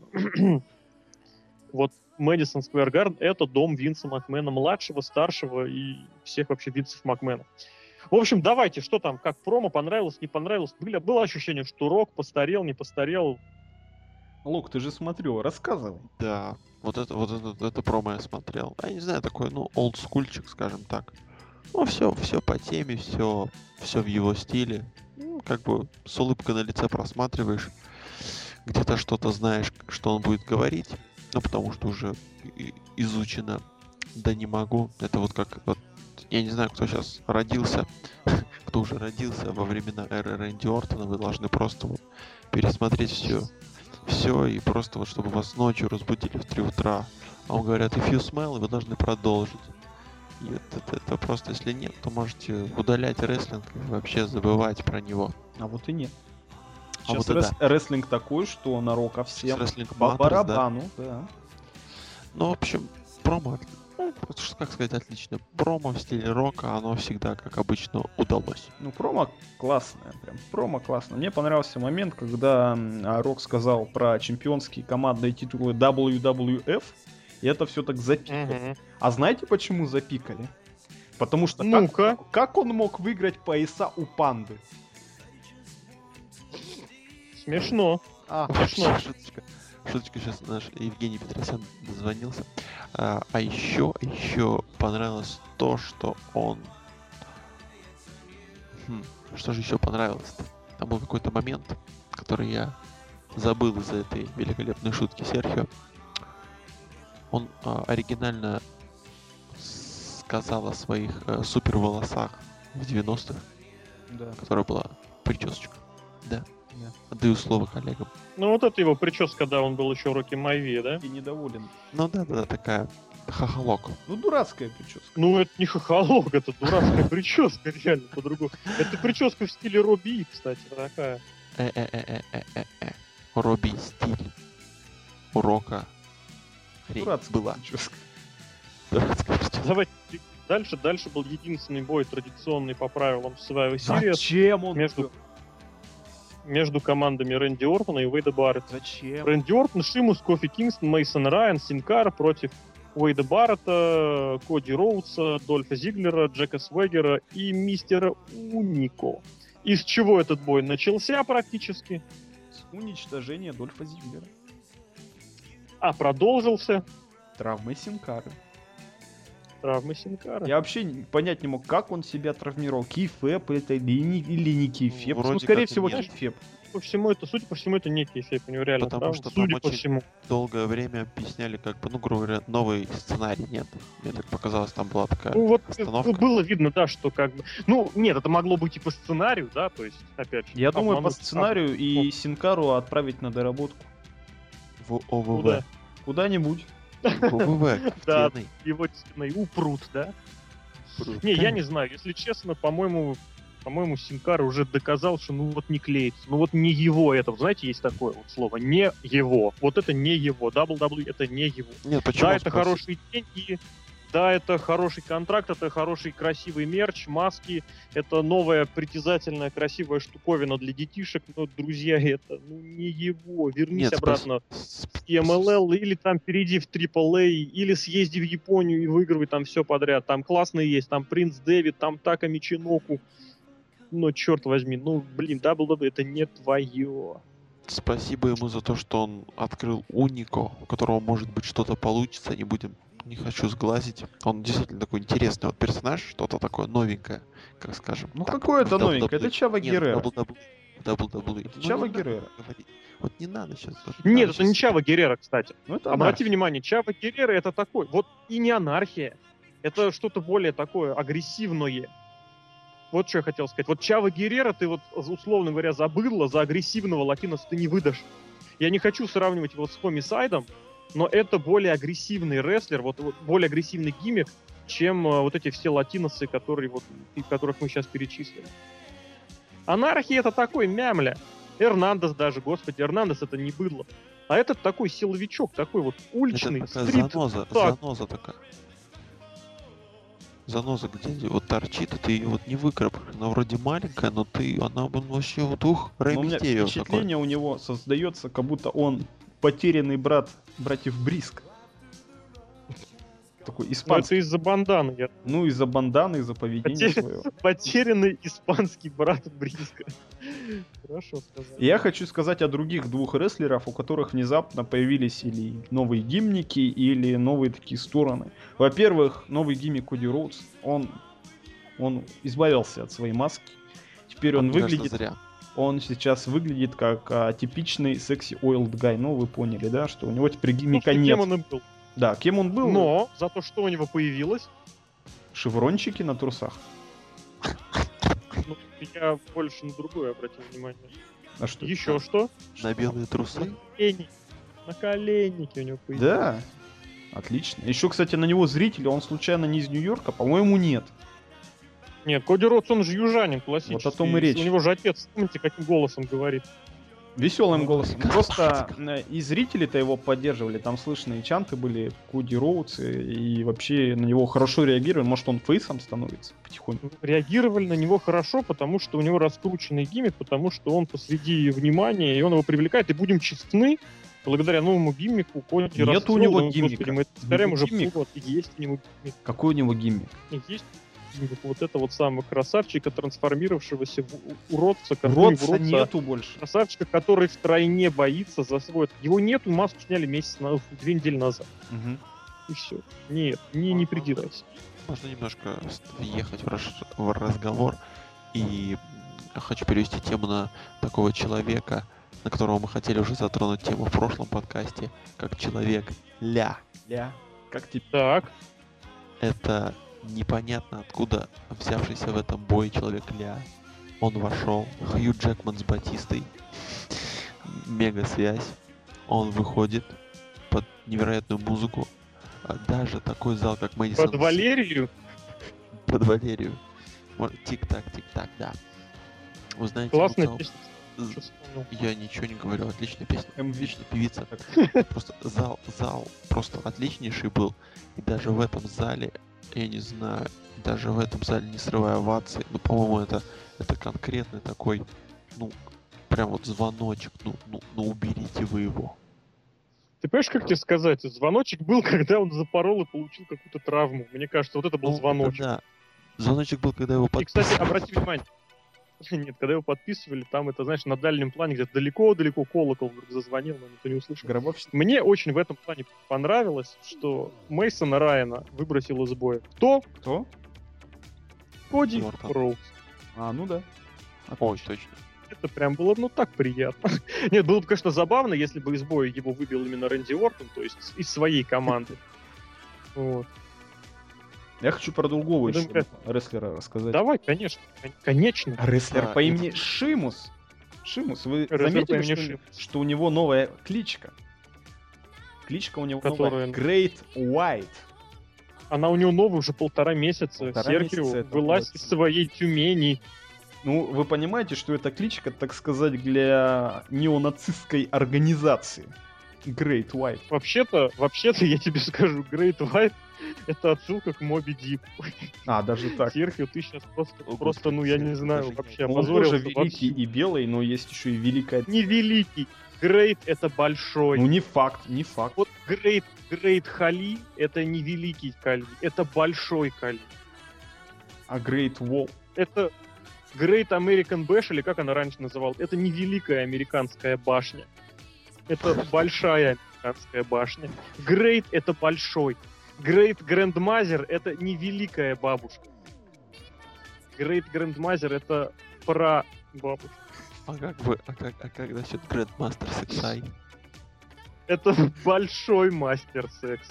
Вот Мэдисон Сквер Гарден это дом Винса Макмена младшего, старшего и всех вообще Винсов Макмена. В общем, давайте, что там, как промо, понравилось, не понравилось. Были, было ощущение, что Рок постарел, не постарел. Лук, ты же смотрел, рассказывай. Да, вот это, вот это, это промо я смотрел. Я не знаю, такой, ну, олдскульчик, скажем так. Ну, все, все по теме, все, все в его стиле. Ну, как бы с улыбкой на лице просматриваешь. Где-то что-то знаешь, что он будет говорить. Ну, потому что уже и- изучено. Да не могу. Это вот как, вот, я не знаю, кто сейчас родился, кто уже родился во времена эры Рэнди Ортона. Вы должны просто вот пересмотреть все. Все, и просто вот чтобы вас ночью разбудили в три утра. А он говорят, if you smell, и вы должны продолжить. И это, это, это просто, если нет, то можете удалять рестлинг и вообще забывать про него. А вот и нет. А Сейчас вот и рес- рестлинг такой, что на Рока всем Рестлинг по Matters, да. барабану, да. Ну, в общем, промо, ну, вот что- как сказать, отлично. Промо в стиле рока, оно всегда, как обычно, удалось. Ну, промо классное, прям, промо классное. Мне понравился момент, когда м, а, Рок сказал про чемпионские командные титулы дабл ю дабл ю эф, и это все так запикали. А знаете, почему запикали? Потому что как, Ну-ка. как он мог выиграть пояса у панды? Смешно. А, Смешно. Шуточка. Шуточка, сейчас наш Евгений Петросян дозвонился. А, а еще, еще понравилось то, что он... Хм, что же еще понравилось-то? Там был какой-то момент, который я забыл из-за этой великолепной шутки Серхио. Он а, оригинально сказал о своих а, супер волосах в девяностых, да. которая была причесочка. Да. Да. Отдаю слово коллегам. Ну вот это его прическа, когда он был еще Рокки Майви, да? И недоволен. Ну да, да, да, такая хохолок. Ну, дурацкая прическа. Ну это не хохолок, это дурацкая прическа, реально, по-другому. Это прическа в стиле Робби И, кстати, такая. Э-э-э-э-э-э. Робби стиль. Урока. Хрень Дурацкая была. прическа. Дурацкая прическа. Давайте дальше. Дальше был единственный бой традиционный по правилам Survivor Series Зачем он? между, между командами Рэнди Ортона и Уэйда Барретта. Зачем? Рэнди Ортон, Шимус, Кофи Кингстон, Мейсон Райан, Синкар против Уэйда Барретта, Коди Роудса, Дольфа Зиглера, Джека Свегера и мистера Унико. Из чего этот бой начался практически, С уничтожения Дольфа Зиглера. а продолжился Травмы Синкары. травмой Синкара. Я вообще не- понять не мог, как он себя травмировал. Кейфэп это или не, или не кейфэп. Вроде Ну, скорее как всего, нет. кейфэп. По всему это, судя по всему, это некий эффект, у него реально Потому травма. что там Судя по очень- всему. Долгое время объясняли, как бы, ну, грубо говоря, новый сценарий нет. Мне так показалось, там была такая Ну вот остановка. ну, было видно, да, что как бы... Ну, нет, это могло быть и по сценарию, да, то есть, опять же... Я думаю, по обмануть сценарию и Синкару отправить на доработку. В Куда? ОВВ. Куда-нибудь. В ОВВ. Да. Офигенный. его действительно и упрут, да? Круто. Не, я не знаю, если честно, по-моему, по-моему, Синкар уже доказал, что ну вот не клеится, ну вот не его это, вот знаете, есть такое вот слово, не его, вот это не его, дабл ю дабл ю И это не его. Нет, почему? Да, это спроси? хорошие деньги, да, это хороший контракт, это хороший красивый мерч, маски, это новая притязательная красивая штуковина для детишек, но, друзья, это ну не его, вернись Нет, обратно спас- в эм эл эл, или там перейди в трипл эй, или съезди в Японию и выигрывай там все подряд. Там классные есть, там Принц Дэвид, там Така Мичиноку. Но черт возьми, ну блин, дабл ю дабл ю И это не твое. Спасибо ему за то, что он открыл Унико, у которого может быть что-то получится, не будем, не хочу сглазить. Он действительно такой интересный вот персонаж, что-то такое новенькое, как скажем. Ну, так, какое это в дабл ю новенькое? дабл ю И. Это Чава Нет, Геррера. в дабл ю дабл ю И. В дабл ю дабл ю И. Это Ну, Чава не надо Геррера. говорить. Вот не надо сейчас. Нет, это не Чава Геррера, кстати. Ну, это Обрати анархия. внимание, Чава Геррера это такой, вот и не анархия, это что-то более такое агрессивное. Вот что я хотел сказать. Вот Чава Геррера ты вот, условно говоря, за быдло, за агрессивного латиноса ты не выдашь. Я не хочу сравнивать его с Хомисайдом, но это более агрессивный рестлер, вот, вот более агрессивный гиммик, чем э, вот эти все латиносы, которые вот, и которых мы сейчас перечислили. Анархия это такой мямля. Эрнандес даже, господи, Эрнандес это не быдло. А этот такой силовичок, такой вот уличный, Это такая стрит. заноза, так. заноза такая. Заноза, где вот торчит, и ты ее вот не выкрапаешь. Она вроде маленькая, но ты, она вон вообще вот ух, Рэй Но у меня Мистерио такой. впечатление у него создается, как будто он потерянный брат братьев Бриск. Такой Но испанский. это из-за банданы. Я... Ну, из-за банданы, из-за поведения Потер- своего. Потерянный испанский брат Бриска. Хорошо сказал. Я хочу сказать о других двух рестлеров, у которых внезапно появились или новые гиммики, или новые такие стороны. Во-первых, новый гиммик Коди Роудс, он, он избавился от своей маски. Теперь он, Мне кажется, выглядит, зря. он сейчас выглядит как а, типичный секси oiled guy. Ну, вы поняли, да, что у него теперь гиммика Слушайте, нет. кем он и был. Да, кем он был? Но за то, что у него появилось, Шеврончики на трусах. ну, я больше на другое обратил внимание. А что? Еще что? На белые трусы. Колени. На коленнике у него появилось. Да, отлично. Еще, кстати, на него зрители, он случайно не из Нью-Йорка? По-моему, нет. Нет, Коди Роудс, он же южанин классический. Вот о том и речь. У него же отец, помните, каким голосом говорит. Веселым Ну, голосом. как Просто э, и зрители-то его поддерживали. Там слышные чанты были, Коди Роудс, и, и вообще на него хорошо реагировали. Может, он фейсом становится потихоньку. Реагировали на него хорошо, потому что у него раскрученный гиммик, потому что он посреди внимания, и он его привлекает. И будем честны, благодаря новому гиммику Коди Нет расцвел. у него Ну, гиммика. господи, мы это повторяем У уже него гиммик. год. Есть у него гиммик. Какой у него гиммик? Есть. Вот это вот самого красавчика, трансформировавшегося в у- уродца, который Уродца уродца, нету больше. красавчика, который втройне боится за свой... Его нету, маску сняли месяц, на... две недели назад. Мгм. И все. Нет, не, не придирайся. Можно немножко с- въехать в, раш- в разговор, и хочу перевести тему на такого человека, на которого мы хотели уже затронуть тему в прошлом подкасте, как человек Ля. Ля. Как тебе? Так, Это непонятно откуда взявшийся в этом бое человек Ля. Он вошел, Хью Джекман с Батистой, мега связь. Он выходит под невероятную музыку. А даже такой зал, как Мэдисон... под Валерию. Под Валерию. Мо- Тик-так, тик-так, да. Вы знаете, Классная ну, зал- песня. з- Что вспомнил? Я ничего не говорю, отличная песня, эм ви. отличная певица. Просто зал, зал просто отличнейший был. И даже в этом зале, я не знаю, даже в этом зале не срывая овации, ну, по-моему, это, это конкретный такой, ну, прям вот звоночек, ну, ну, ну уберите вы его. Ты понимаешь, как тебе сказать? Звоночек был, когда он запорол и получил какую-то травму. Мне кажется, вот это был Ну, это звоночек. да. Звоночек был, когда его И, кстати, подписывали. обрати внимание. Нет, когда его подписывали, там это, знаешь, на дальнем плане, где-то далеко-далеко колокол вдруг зазвонил, но никто не услышал. Гробовщик. Мне очень в этом плане понравилось, что Мейсона Райана выбросил из боя. Кто? Кто? Коди Нортон. Роуз. А, ну да. Ой, точно. Это прям было, ну, так приятно. Нет, было бы, конечно, забавно, если бы из боя его выбил именно Рэнди Ортон, то есть из своей команды. Вот. Я хочу про другого Ну, еще да, рестлера рассказать. Давай, конечно, кон- конечно. Рестлер А, по и- имени Шимус. Шимус, вы Рестлер по заметили, имени что, Шимус. что у него новая кличка? Кличка у него Которая- новая. Great White. Она у него новая уже полтора месяца. Полтора Серхио месяца это вылазь вот. из своей Тюмени. Ну, вы понимаете, что эта кличка, так сказать, для неонацистской организации. Great White. Вообще-то, вообще-то, я тебе скажу, Great White — это отсылка к Моби Дику. А, даже так. Серхио, ты сейчас просто, О, просто, ну, господи, я не Серхио, знаю, даже вообще я- Он тоже опозорился великий вовсю. и белый, но есть еще и великая... Не великий. Great — это большой. Ну, не факт, не факт. Вот Great, Great Хали — это не великий Кали, это большой Кали. А Great Wall. Это Great American Bash, или как она раньше называлась, это не великая американская башня. Это большая американская башня. Great — это большой. Great Grandmother — это не великая бабушка. Great Grandmother — это про бабушку. А как бы, а как, а как насчет Grandmaster Sexai? Это большой мастер секса.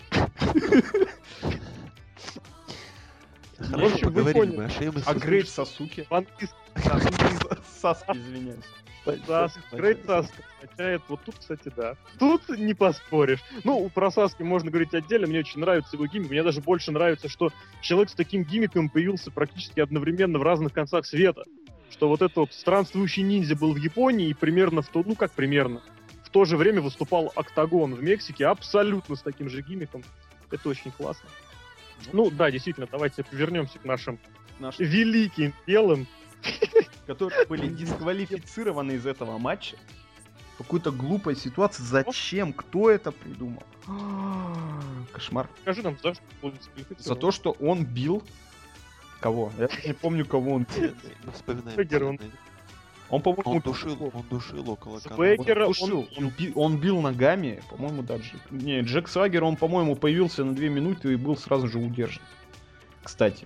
Хорошо, общем, вы поговорили поняли. мы о Шеймусе. А Great Сасуки. Ван-Пис Саски, извиняюсь. Саски, Great Саски означает, вот тут, кстати, да. Тут не поспоришь. Ну, про Саски можно говорить отдельно, мне очень нравится его гиммик. Мне даже больше нравится, что человек с таким гиммиком появился практически одновременно в разных концах света. Что вот этот вот странствующий ниндзя был в Японии и примерно в то, ну как примерно, в то же время выступал Октагон в Мексике абсолютно с таким же гиммиком. Это очень классно. Ну да, действительно, давайте вернемся к нашим Наши, великим белым. которые были дисквалифицированы из этого матча. Какой-то глупой ситуации. Зачем? Кто это придумал? Кошмар. Скажи нам, за что был дисквалифицирован? За то, что он бил... Кого? Я не помню, кого он бил. Ну, вспоминаем. Свегер, он- вспоминаем. Он, по-моему, Он душил, он душил около канала. Свегер. Он, Свегера он душил, он, би- он бил ногами, по-моему, даже. Не, Джек Свагер, он, по-моему, появился на две минуты и был сразу же удержан. Кстати.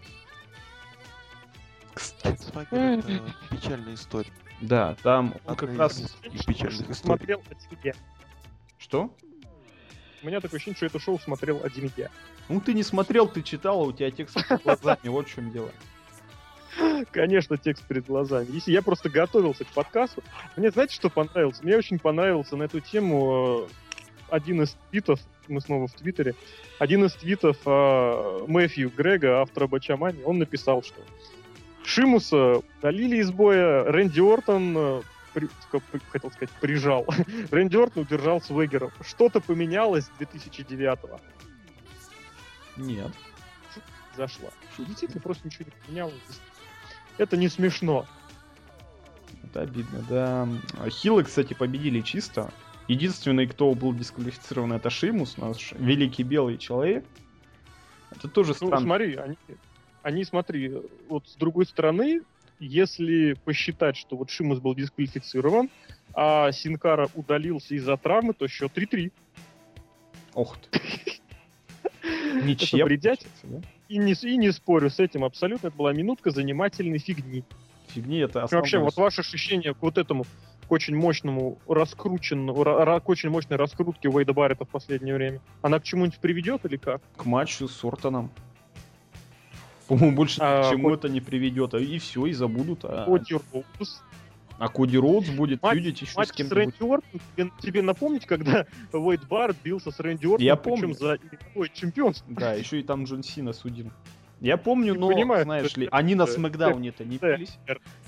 Кстати. Свагер это печальная история. Да, там он Одна как из раз... из печальных историй. смотрел один я. Что? У меня такое ощущение, что это шоу смотрел один я. Ну ты не смотрел, ты читал, а у тебя текст перед глазами, вот в чем дело. Конечно, текст перед глазами. Если я просто готовился к подкасту, мне знаете, что понравилось? Мне очень понравился на эту тему э, один из твитов, мы снова в Твиттере, один из твитов э, Мэфью Грега, автора Бачамани, он написал, что Шимуса удалили из боя, Рэнди Ортон, э, при- как бы хотел сказать, прижал. Рэнди Ортон удержал Свегеров. Что-то поменялось с две тысячи девятого. Нет. Зашла. Действительно, просто ничего не поменялось. Это не смешно. Это обидно, да. Хилы, кстати, победили чисто. Единственный, кто был дисквалифицирован, это Шимус, наш великий белый человек. Это тоже Ну, странно. смотри, они, они, смотри, вот с другой стороны, если посчитать, что вот Шимус был дисквалифицирован, а Син-Кара удалился из-за травмы, то счет три-три. Ох ты. Ничья. Бредять. И не, и не спорю с этим абсолютно. Это была минутка занимательной фигни. Фигни это основное. Вообще, вот ваше ощущение к вот этому, к очень мощному раскрученному, к очень мощной раскрутке Уэйда Баррета в последнее время, она к чему-нибудь приведет или как? К матчу с Ортоном. По-моему, больше а, к чему Код... это не приведет. И все, и забудут. А... Коди Роудс. А Коди Роудс будет фьюдить еще матч с кем-то. С Рэнди Ортон, тебе, тебе напомнить, когда Уэйд Барретт бился с Рэнди Ортоном, я причем помню. за игровое чемпионство. Да, еще и там Джон Сина судил. Я помню, Ты но, понимаешь, знаешь это- ли, они на это- Смакдауне-то не это- бились.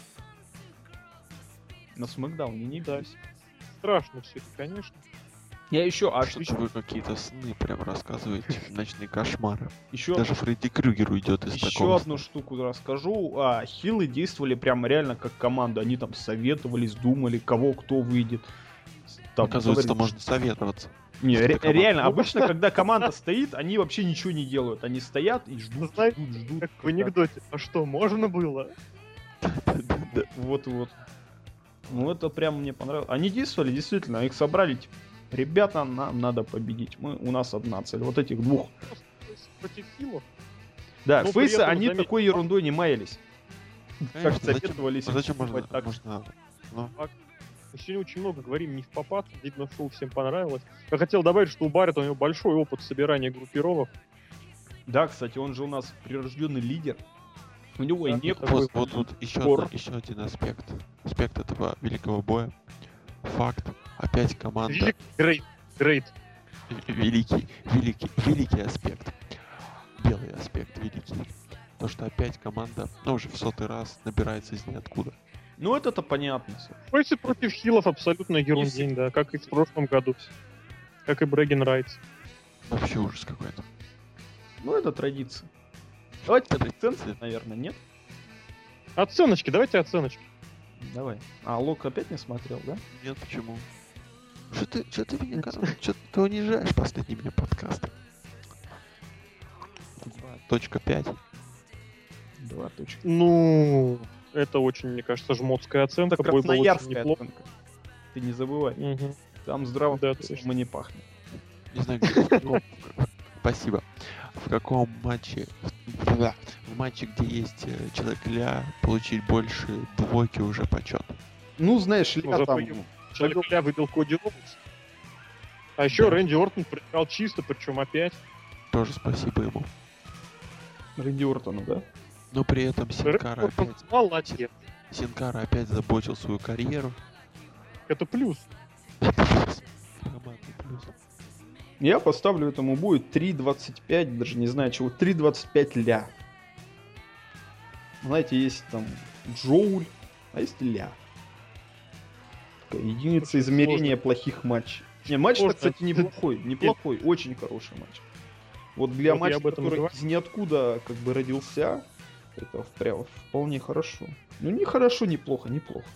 На Смакдауне не Да. бились. Страшно все это, конечно. Я еще, а Что-то еще, вы какие-то сны прям рассказываете, ночные кошмары. еще, Даже Фредди Крюгер уйдет из еще такого одну сна. штуку расскажу. А, хилы действовали прям реально как команда. Они там советовались, думали, кого кто выйдет. Там, Оказывается, там говорили, можно советоваться. Не, Что ре- это команда? реально, Ну, обычно, когда команда стоит, они вообще ничего не делают. Они стоят и ждут, Знаете, ждут, ждут. Как в когда- анекдоте. А что, можно было? Да. Вот-вот. Ну, это прям мне понравилось. Они действовали, действительно, их собрали, типа, ребята, нам надо победить. Мы, у нас одна цель. Вот этих двух. Против хилов. Да, Но при фейсы, этом, они заметь, такой ерундой не маялись. Конечно, Как зачем- советовались. а зачем поступать можно, так. можно ну, Мы сегодня очень много говорим не в попад, видно, шоу всем понравилось. Я хотел добавить, что у Баррета у него большой опыт собирания группировок. Да, кстати, он же у нас прирожденный лидер. У него Да, и нет такой вот, вот тут еще, спор. одна- еще один аспект. Аспект этого великого боя. Факт. Опять команда. Велик- Грейт. Грейт. Великий, великий, великий аспект. Белый аспект великий. То, что опять команда, ну, уже в сотый раз набирается из ниоткуда. Ну, это-то понятно. всё. Фейсы против хилов абсолютно ерундень, да, как и в прошлом году. Как и Брэгген Райтс. Вообще ужас какой-то. Ну, это традиция. Давайте Традиция. оценки, наверное, нет? Оценочки, давайте оценочки. Давай. А, Лок опять не смотрел, да? Нет, почему? Что ты, что ты меня, что ты унижаешь последний мне подкаст? Точка пять. Два точки. Ну, это очень, мне кажется, жмотская оценка. Это Бой был очень красноярская неплохо. оценка. Ты не забывай. Мгм. Там здраво Да, смыслом точно. и не пахнет. Не знаю, где, в каком- спасибо. В каком матче, да, в матче, где есть э, человек ля, получить больше двойки уже почет. Ну, знаешь, Ну, Ля зато там... ему Человек Ля выбил Коди Роудс. А еще Да. Рэнди Ортон проиграл чисто, причем опять. Тоже спасибо ему. Рэнди Ортону, да? Но при этом Синкара Рэнди Ортон опять, молодец. Синкара опять заботил свою карьеру. Это плюс. Командный плюс. Я поставлю этому бою три двадцать пять, даже не знаю чего, три двадцать пять ля. Знаете, есть там джоуль, а есть ля. Такая единица Слушай, измерения плохих матчей. Не, матч, Сложно. кстати, неплохой, неплохой, очень хороший матч. Вот для Вот я матча, об этом и который говорю. из ниоткуда как бы родился, это прям вполне хорошо. Ну, не хорошо, неплохо, неплохо.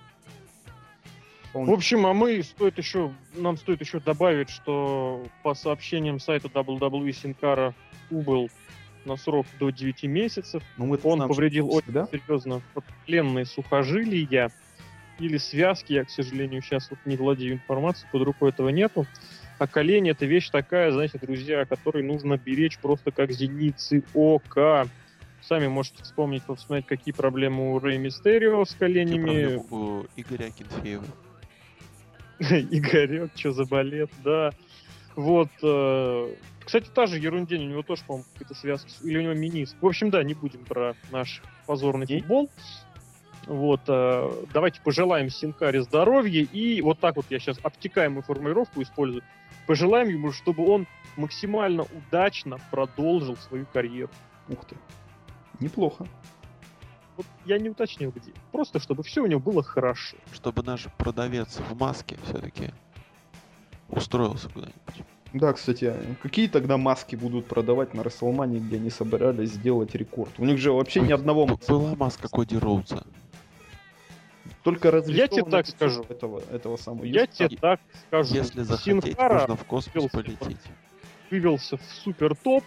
В Вполне. общем, а мы стоит еще, нам стоит еще добавить, что по сообщениям сайта дабл ю дабл ю и Синкара убыл на срок до девяти месяцев. Ну, мы Он повредил очень да? серьезно коленные сухожилия или связки. Я, к сожалению, сейчас вот не владею информацией, под рукой этого нету. А колени — это вещь такая, знаете, друзья, о которой нужно беречь просто как зеницы ока. Сами можете вспомнить, посмотреть, какие проблемы у Рэй Мистерио с Какие коленями. проблемы у Игоря Акинфеева. Игорек, что за балет, да. Вот. э, Кстати, та же ерундень, у него тоже, по-моему, какие-то связки. Или у него миниск. В общем, да, не будем про наш позорный Окей. футбол. Вот. э, Давайте пожелаем Синкаре здоровья. И вот так вот я сейчас обтекаемую формулировку использую. Пожелаем ему, чтобы он максимально удачно продолжил свою карьеру. Ух ты. Неплохо. Вот я не уточнил где. Просто чтобы все у него было хорошо. Чтобы наш продавец в маске все-таки устроился куда-нибудь. Да, кстати, какие тогда маски будут продавать на Расселмане, где они собирались сделать рекорд? У них же вообще ни одного Б- маска. Была маска Коди Роудса. Только Я тебе разрисованный так кусок скажу. Этого, этого самого. Я Юста. тебе так скажу. Если захотеть, Синкара можно в космос успел полететь. вывелся в супер топ,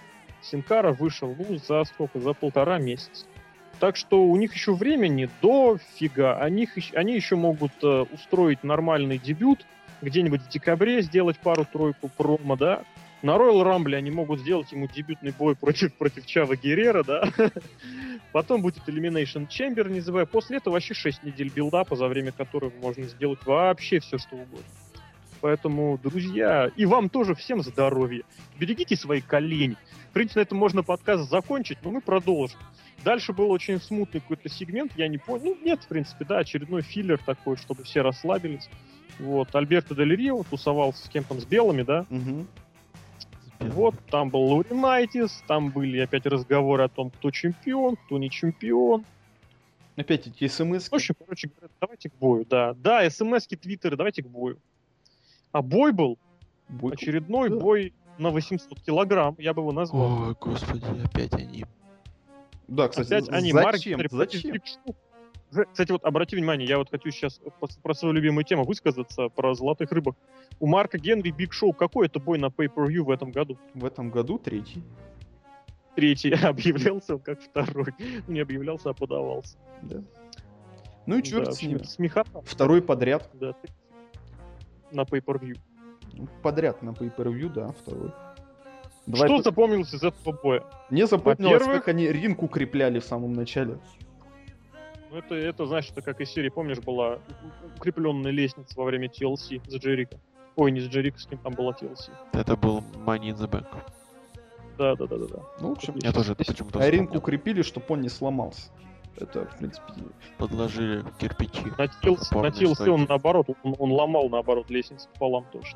Синкара вышел, ну, за сколько? За полтора месяца. Так что у них еще времени дофига. Они, они еще могут э, устроить нормальный дебют, где-нибудь в декабре сделать пару-тройку промо, да. На Royal Rumble они могут сделать ему дебютный бой против, против Чава Геррера, да. Потом будет Elimination Chamber, не забывай. После этого вообще шесть недель билдапа, за время которых можно сделать вообще все, что угодно. Поэтому, друзья, и вам тоже всем здоровья. Берегите свои колени. В принципе, на этом можно подкаст закончить, но мы продолжим. Дальше был очень смутный какой-то сегмент, я не понял. Ну, нет, в принципе, да, очередной филлер такой, чтобы все расслабились. Вот, Альберто Дель Рио тусовался с кем там, с белыми, да? Угу. Вот, там был Лауринайтис, там были опять разговоры о том, кто чемпион, кто не чемпион. Опять эти смс. В общем, короче говоря, давайте к бою, да. Да, смс-ки, твиттеры, давайте к бою. А бой был Бой... очередной да. бой на восемьсот килограмм, я бы его назвал. Ой, господи, опять они. Да, кстати, Опять они, зачем? Марк, Зачем? Кстати, вот обрати внимание, я вот хочу сейчас про свою любимую тему высказаться, про золотых рыбок. У Марка Генри Биг Шоу какой это бой на Pay-Per-View в этом году? В этом году третий. Третий. Объявлялся он как второй. Не объявлялся, а подавался. Да. Ну и черт Да, с ним. Смехота. Второй подряд. Да. На Pay-Per-View. Подряд на Pay-Per-View, да, второй. Что Давай... запомнилось из этого боя? Мне запомнилось, Во-первых- как они ринг укрепляли в самом начале. Ну, это, это, знаешь, это как из серии, помнишь, была укрепленная лестница во время ти эл си с Джерико. Ой, не с Джерико, с кем там была ти эл си. Это был Money in the Bank. Да, да, да, да, да. Ну, в общем, Я тоже это почему-то а ринг вспомнил. укрепили, чтобы он не сломался. Это, в принципе, Подложили кирпичи. На ти эл си, на ти эл си он наоборот, он, он ломал наоборот лестницу пополам точно.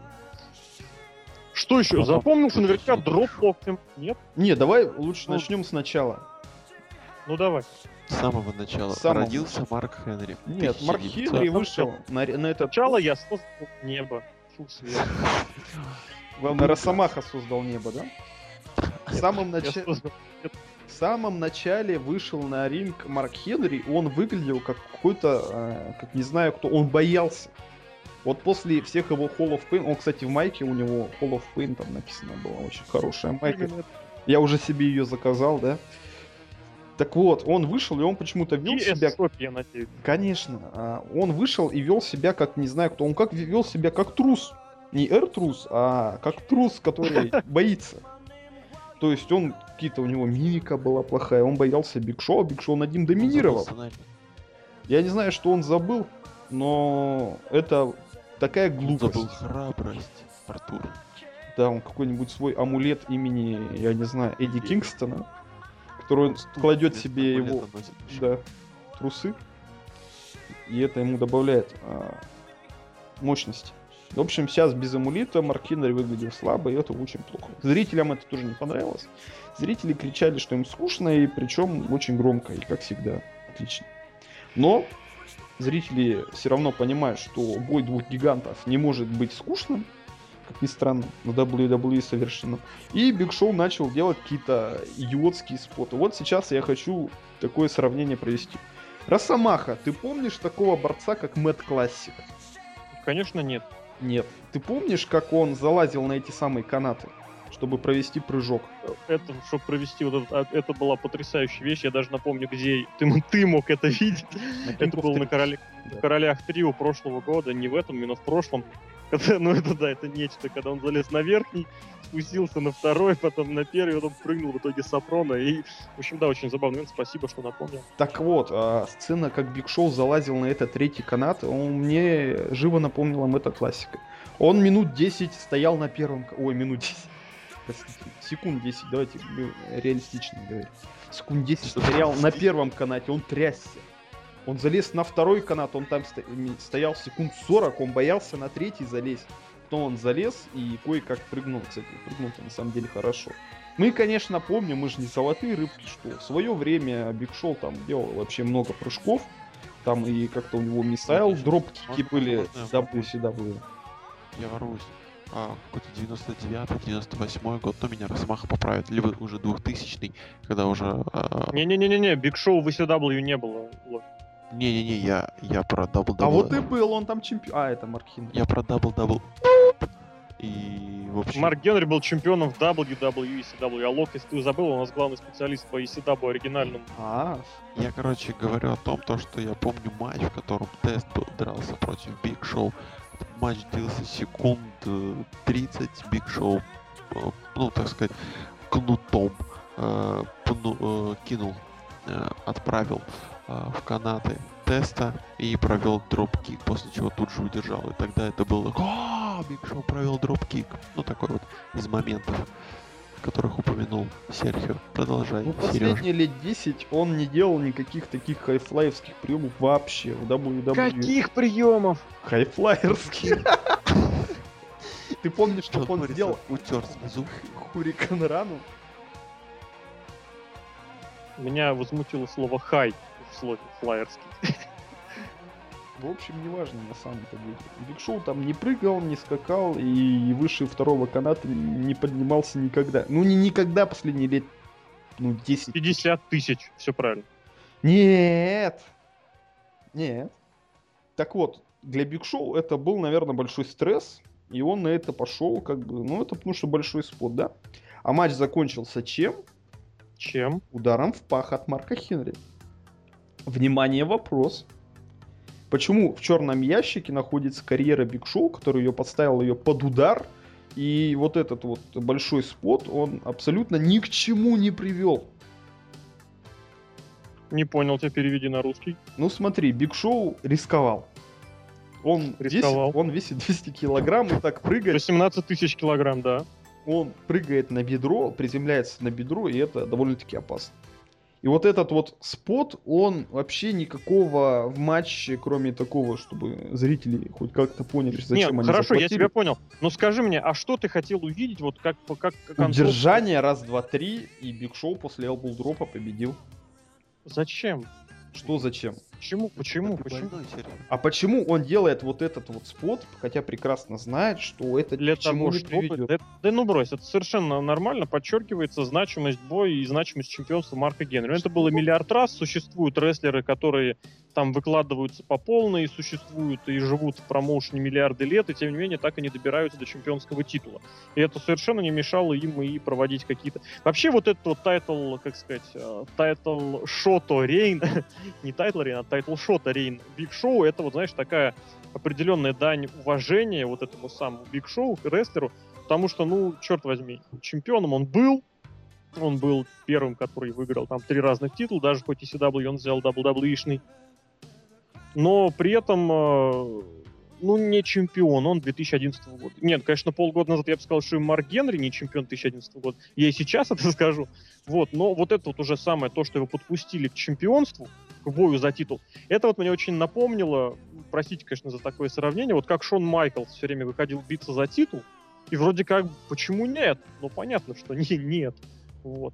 Что еще? Потом Запомнился наверняка что-то дроп локтем. Нет? Не, давай лучше Ну. начнем сначала. Ну давай. С самого начала С самого. родился Марк Хенри. Нет, Марк тысяча девятьсот Хенри вышел на, ре- на этот... Сначала я создал небо. Фу, свет. Главное, Росомаха создал небо, да? В самом, Я начале, создал- в самом начале вышел на ринг Марк Хенри, он выглядел как какой-то, э, как не знаю кто, он боялся. Вот после всех его Hall of Pain, он, кстати, в майке у него Hall of Pain там написано было, очень хорошая майка. Именно Я уже себе ее заказал, да? Так вот, он вышел, и он почему-то вел И себя... эс-сок, я надеюсь. Конечно, а, он вышел и вел себя как, не знаю кто, он как вел себя как трус. Не эр-трус, а как трус, который боится. То есть он, какие-то у него мимика была плохая, он боялся Биг Шоу, Биг Шоу над ним доминировал. Я не знаю, что он забыл, но это такая глупость. Забыл храбрость, Артур. Да, он какой-нибудь свой амулет имени, я не знаю, Эдди Кингстона, который он кладет себе его, да, трусы, и это ему добавляет а, мощности. В общем, сейчас без амулета Марк Хенри выглядел слабо, и это очень плохо. Зрителям это тоже не понравилось. Зрители кричали, что им скучно, и причем очень громко, и как всегда, отлично. Но зрители все равно понимают, что бой двух гигантов не может быть скучным, как ни странно, на дабл ю дабл ю и совершенно. И Биг Шоу начал делать какие-то идиотские споты. Вот сейчас я хочу такое сравнение провести. Росомаха, ты помнишь такого борца, как Мэтт Классик? Конечно, нет. Нет. Ты помнишь, как он залазил на эти самые канаты, чтобы провести прыжок? Это, чтобы провести вот этот, а, это была потрясающая вещь. Я даже напомню, где ты, м- ты мог это видеть. На Это King of было на Street. короле- Да. в Королях Трио прошлого года, не в этом, именно в прошлом. Когда, ну это да, это нечто, когда он залез на верхний, спустился на второй, потом на первый, потом прыгнул в итоге с Апрона. И, в общем, да, очень забавный момент, спасибо, что напомнил. Так вот, а, сцена, как Биг Шоу залазил на этот третий канат, он мне живо напомнил Мэтта Классика. Он минут десять стоял на первом... к- Ой, минут десять. Простите, секунд десять, давайте э, реалистично говорить. Секунд десять стоял на первом канате, он трясся. Он залез на второй канат, он там сто- ми- стоял секунд сорок, он боялся на третий залезть. Потом он залез и кое-как прыгнул, кстати, прыгнул-то на самом деле хорошо. Мы, конечно, помним, мы же не золотые рыбки, что в свое время Биг Шоу там делал вообще много прыжков. Там и как-то у него миссайл, дропкики были в дабл ю си дабл ю. Я воруюсь. А, какой-то девяносто девятый девяносто восьмой год, но меня Росомаха поправит. Либо уже двухтысячный, когда уже... а, Не-не-не-не, Биг Шоу в и си дабл ю не было. Лох. Не-не-не, я, я про дабл А дабл. вот и был, он там чемпион. А, это Марк Хенри. Я про дабл дабл. И, в общем... Марк Генри был чемпионом в дабл ю дабл ю и, си дабл ю, а Лок, если ты забыл, у нас главный специалист по и си дабл ю оригинальному. А, Я, короче, говорю о том, то, что я помню матч, в котором Тест был, дрался против Биг Шоу. Матч длился секунд э, тридцать. Биг Шоу, э, ну, так сказать, кнутом э, пну- э, кинул, э, отправил э, в канаты Теста и провел дропкик, после чего тут же удержал. И тогда это было «А, Биг Шоу провел дропкик». Ну, такой вот из моментов, которых упомянул Серхио. Продолжай, ну Сережа. последние лет десять он не делал никаких таких хайфлайевских приемов вообще в дабл ю дабл ю. Каких приемов? Хайфлайерских. Ты помнишь, что Джон он Моррисон сделал утер слезу. Хурикан Рану? Меня возмутило слово «хай» в слове «флайерский». В общем, неважно на самом-то деле. Биг Шоу там не прыгал, не скакал и выше второго каната не поднимался никогда. Ну, не никогда последние лет, ну, десять. пятьдесят тысяч, все правильно. Нет! Нет. Так вот, для Биг Шоу это был, наверное, большой стресс, и он на это пошел, как бы, ну, это потому что большой спот, да? А матч закончился чем? Чем? Ударом в пах от Марка Хенри. Внимание, вопрос. Почему в черном ящике находится карьера Биг Шоу, который ее подставил ее под удар, и вот этот вот большой спот, он абсолютно ни к чему не привел. Не понял, тебя переведи на русский. Ну смотри, Биг Шоу рисковал. Он Рисковал. весит, он весит двести килограмм и так прыгает. восемнадцать тысяч килограмм, да. Он прыгает на бедро, приземляется на бедро, и это довольно-таки опасно. И вот этот вот спот, он вообще никакого в матче, кроме такого, чтобы зрители хоть как-то поняли, зачем Нет, они хорошо, я заплатили. тебя понял. Но скажи мне, а что ты хотел увидеть, вот как как, как концовку? Удержание раз, два, три, и Биг Шоу после элбоу дропа победил. Зачем? Что зачем? Почему? Почему? Это Почему? больной, Серега. А почему он делает вот этот вот спот, хотя прекрасно знает, что это Для ни к чему того, не чтобы... приведет? Да, да ну брось, это совершенно нормально, подчеркивается значимость боя и значимость чемпионства Марка Генри. Это было миллиард раз, существуют рестлеры, которые там выкладываются по полной, существуют и живут в промоушене миллиарды лет, и тем не менее так и не добираются до чемпионского титула. И это совершенно не мешало им и проводить какие-то... Вообще вот этот вот тайтл, как сказать, э, тайтл Шото Рейн, не тайтл Рейн, а тайтл Шото Рейн Биг Шоу, это вот, знаешь, такая определенная дань уважения вот этому самому Биг Шоу, рестлеру, потому что, ну, черт возьми, чемпионом он был, он был первым, который выиграл там три разных титула, даже хоть и си дабл ю он взял дабл ю дабл ю и-шный, но при этом, э, ну, не чемпион, он две тысячи одиннадцатого года. Нет, конечно, полгода назад я бы сказал, что и Марк Генри не чемпион две тысячи одиннадцатого года, я и сейчас это скажу, вот, но вот это вот уже самое, то, что его подпустили к чемпионству, к бою за титул, это вот мне очень напомнило, простите, конечно, за такое сравнение, вот как Шон Майклс все время выходил биться за титул, и вроде как, почему нет? Ну, понятно, что не, нет. Вот.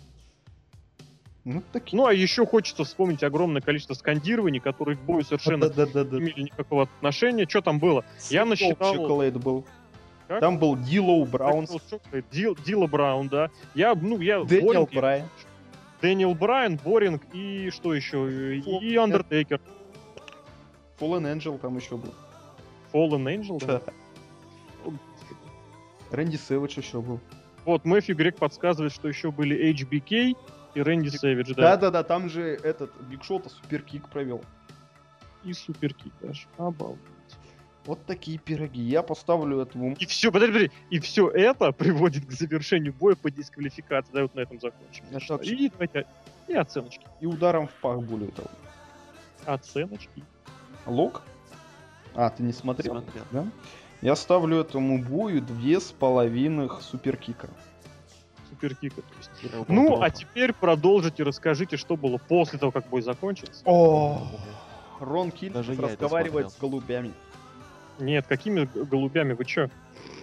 Ну, такие. Ну, а еще хочется вспомнить огромное количество скандирований, которые к бою совершенно Да-да-да-да. не имели никакого отношения. Что там было? Я насчитал... Чоколейд был. Как? Там был Дилоу Браунс. Дил, Дила Браун, да. Я, ну, я... Дэниел Боринг, Брайан. Дэниел Брайан, Боринг и что еще? Фол- И Андертейкер. Fallen Angel там еще был. Fallen Angel, да? Да. Рэнди Сэвидж еще был. Вот, Мэфью Грег подсказывает, что еще были эйч би кей и Рэнди Сэвидж, да. Да-да-да, там же этот Биг Шоу-то суперкик провел. И Суперкик даже. Обалдеть. Вот такие пироги. Я поставлю этому... И все, подожди, подожди, и все это приводит к завершению боя по дисквалификации. Да, вот на этом закончим. Это вообще- И давайте, и оценочки. И ударом в пах более того. Оценочки. Лок? А, ты не смотрел? Смотрел. Да? Я ставлю этому бою две с половиной суперкика. Суперкика, то есть. Элбоу Ну, дропа. а теперь продолжите, расскажите, что было после того, как бой закончился. О, Рон Киллис Даже я это разговаривает смотрел. с голубями. Нет, какими г- голубями, вы чё?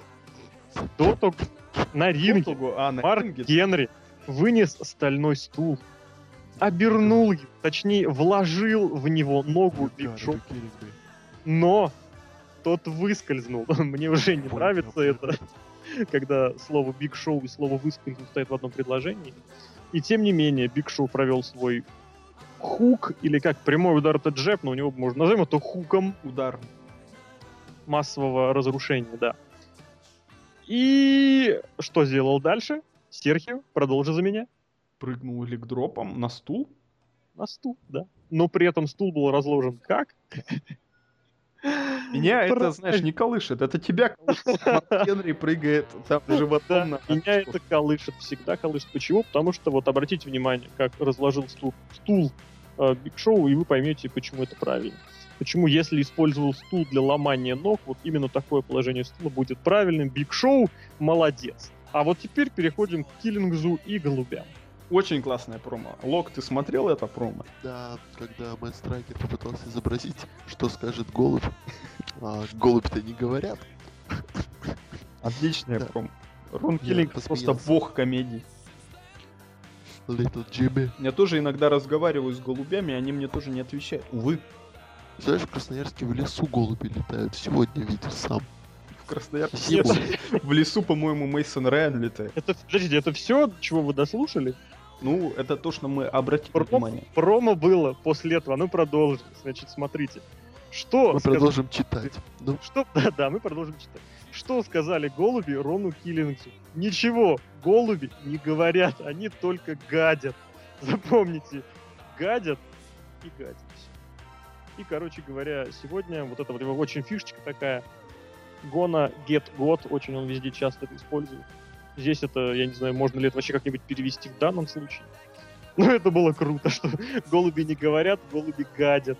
До того, на ринге Фотогу, а, на Марк ринге? Генри вынес стальной стул, обернул его, точнее, вложил в него ногу You Биг gotta Шоу, be kidding me. но тот выскользнул. Мне уже не Понял, нравится понял. это, когда слово Биг Шоу и слово выскользнул стоят в одном предложении. И тем не менее, Биг Шоу провел свой хук, или как прямой удар это джеб, но у него можно назовем это хуком Удар. массового разрушения, да. И что сделал дальше? Серхио, продолжи за меня. Прыгнул ликдропом на стул. На стул, да. Но при этом стул был разложен как? Меня это, знаешь, не колышет. Это тебя колышет. Марк Генри прыгает там животом. Да, меня это колышет, всегда колышет. Почему? Потому что, вот обратите внимание, как разложил стул, стул э, Биг Шоу, и вы поймете, почему это правильно. Почему, если использовал стул для ломания ног, вот именно такое положение стула будет правильным. Биг Шоу молодец. А вот теперь переходим к Киллингзу и голубям. Очень классная промо. Лок, ты смотрел это промо? Да, когда Мэтт Страйкер попытался изобразить, что скажет голубь, а голубь-то не говорят. Отличная Да. промо. Рон Я Киллинг просто посмеялся. бог комедий. Little Jimmy. Я тоже иногда разговариваю с голубями, они мне тоже не отвечают. Увы, Знаешь, в Красноярске в лесу голуби летают. Сегодня видел сам. в Красноярске Спасибо. в лесу, по-моему, Мейсон Райан летает. Это, подождите, это все, чего вы дослушали? Ну, это то, что мы обратили Промо, внимание. промо было после этого, оно продолжилось. Значит, смотрите. Что Мы сказали- продолжим читать. Ну, Что, да, да, мы продолжим читать. Что сказали голуби Рону Киллингсу? Ничего, голуби не говорят, они только гадят. Запомните, гадят и гадят. И, короче говоря, сегодня вот это вот его очень фишечка такая. Gonna get got, очень он везде часто это использует. Здесь это, я не знаю, можно ли это вообще как-нибудь перевести в данном случае. Но это было круто, что голуби не говорят, голуби гадят.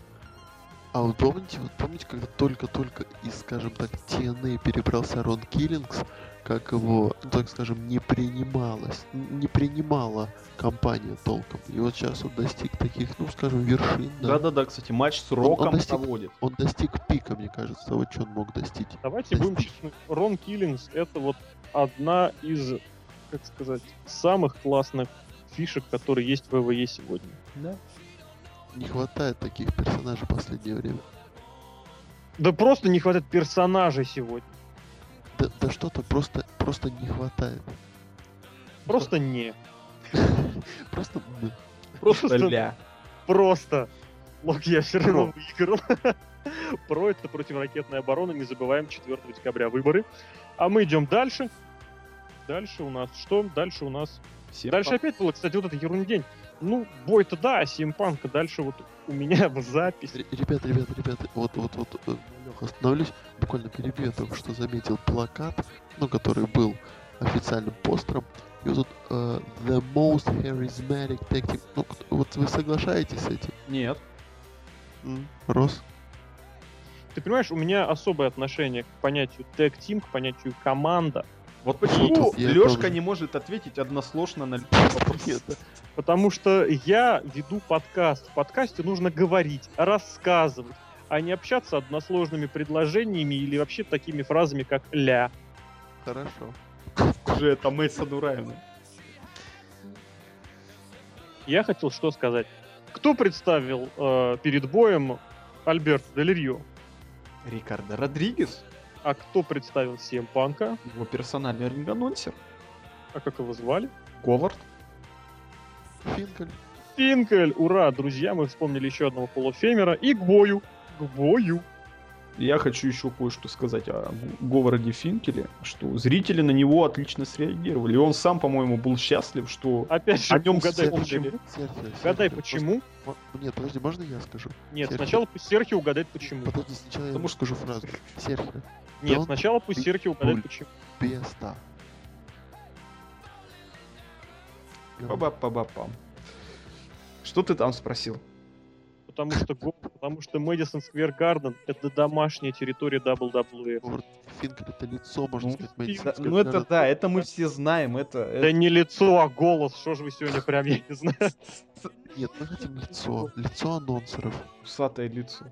а вы помните, вот помните, когда только-только из, скажем так, ти эн эй перебрался Рон Киллингс, как его, ну, так скажем, не принималось, н- не принимала компания толком. И вот сейчас он достиг таких, ну, скажем, вершин, да. Да-да-да, кстати, матч с он Роком достиг- проводит. Он достиг пика, мне кажется, того, что он мог достичь. Давайте будем честны. Рон Киллингс — это вот одна из, как сказать, самых классных фишек, которые есть в вэ вэ е сегодня. Да. Не хватает таких персонажей в последнее время. Да просто не хватает персонажей сегодня. Да, да что-то просто, просто не хватает. Просто не. Просто м, Просто Просто- ля. Просто. Лок, я все равно выиграл. Про это противоракетная оборона. Не забываем, четвёртого декабря выборы. А мы идем дальше. Дальше у нас что? Дальше у нас... Всем Дальше пом- опять было, кстати, вот это ерундень. Ну, бой-то да, а си эм Punk, а дальше вот у меня в записи. р- ребята, ребята, ребята, вот, вот, вот, э, Лёха, остановлюсь, буквально перебью, я только что заметил плакат, ну, который был официальным постером, и вот тут э, The Most Charismatic Tag Team, ну, кто- вот вы соглашаетесь с этим? Нет. М, Рос? Ты понимаешь, у меня особое отношение к понятию тег-тим, к понятию команда. Вот Вот почему тут я Лёшка тоже. не может ответить односложно на любой вопрос. Нет, да. Потому что я веду подкаст. В подкасте нужно говорить, рассказывать, а не общаться односложными предложениями или вообще такими фразами, как «ля». Хорошо. Уже это Мейсону Райану. Я хотел что сказать. Кто представил э, перед боем Альберто Дель Рио? Рикардо Родригес, А кто представил си эм Панка? его персональный ринг-анонсер. А как его звали? Говард. Финкель. Финкель! Ура, друзья, мы вспомнили еще одного полуфемера. И к бою. К бою. Я хочу еще кое-что сказать о Г- Говарде Финкеле, что зрители на него отлично среагировали. И он сам, по-моему, был счастлив, что... Опять же, О нем угадай, все почему. помнили. Серхио, Угадай, Серхио, почему? просто- мо- Нет, подожди, можно я скажу? Нет, Серхио. сначала пусть Серхио угадает, почему. Подожди, сначала я Потому ему что- скажу фразу. Серхио, Нет, он сначала пусть Серхио угадает, Буль. почему. Беста. Па-ба-па-ба-пам. Что ты там спросил? Потому что, го- потому что Мэдисон Сквер Гарден — это домашняя территория дабл ю дабл ю эф. Говард Финкель это лицо, можно Ну, сказать, да, Мэдисон Да, Сквер ну это Гарден. да, это мы все знаем. Это, Да это- не лицо, а голос. Что же вы сегодня прям, я не знаю. Нет, мы хотим лицо. Лицо анонсеров. усатое лицо.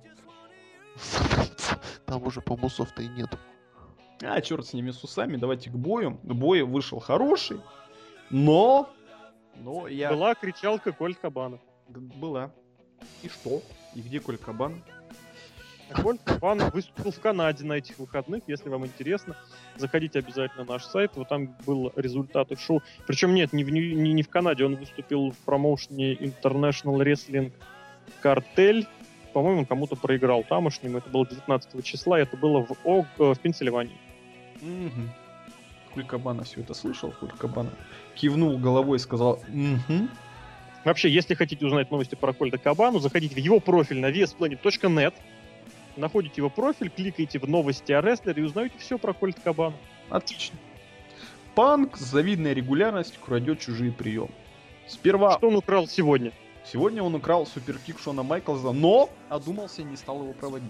Там уже, по-моему, софта и нет. А, черт с ними, с усами, давайте к бою. Бой вышел хороший, но... Но я... Была кричалка Кольт Кабана. Г- Была. И что? И где Коль Кабан? А Кольт Кабан выступил в Канаде на этих выходных. Если вам интересно, заходите обязательно на наш сайт. Вот там был результаты шоу. Причем нет, не в, Нью- не, не в Канаде. Он выступил в промоушене International Wrestling Cartel. По-моему, он кому-то проиграл тамошним. Это было девятнадцатого числа. Это было в, Ог- э, в Пенсильвании. Мгм. Куль Кабана все это слышал. Куль Кабана кивнул головой и сказал «Угу». Вообще, если хотите узнать новости про Кольта Кабану, заходите в его профиль на веспланет точка нет, находите его профиль, кликаете в новости о рестлере и узнаете все про Кольта Кабану. Отлично. Панк с завидной регулярностью крадет чужие приемы. Сперва... Что он украл сегодня? Сегодня он украл суперкик Шона Майклза, но одумался и не стал его проводить.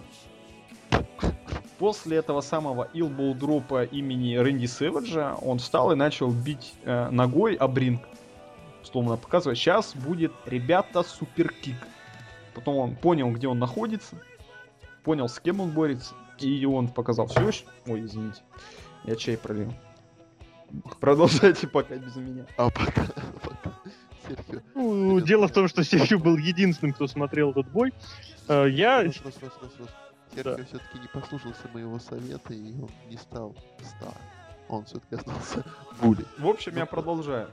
После этого самого илбоу дропа имени Рэнди Сэвиджа он встал и начал бить э, ногой об ринг. Словно показывая, сейчас будет, ребята, суперкик. Потом он понял, где он находится, понял, с кем он борется, и он показал все. Ой, извините, я чай пролил. Продолжайте пока без меня. А пока, пока. Серхио. Ну, дело в том, что Серхио был единственным, кто смотрел этот бой. Э, Я... Раз, раз, раз, раз, раз. Серхио Да. все-таки не послушался моего совета, и он не стал стар. Он все-таки остался Були. В общем, я продолжаю.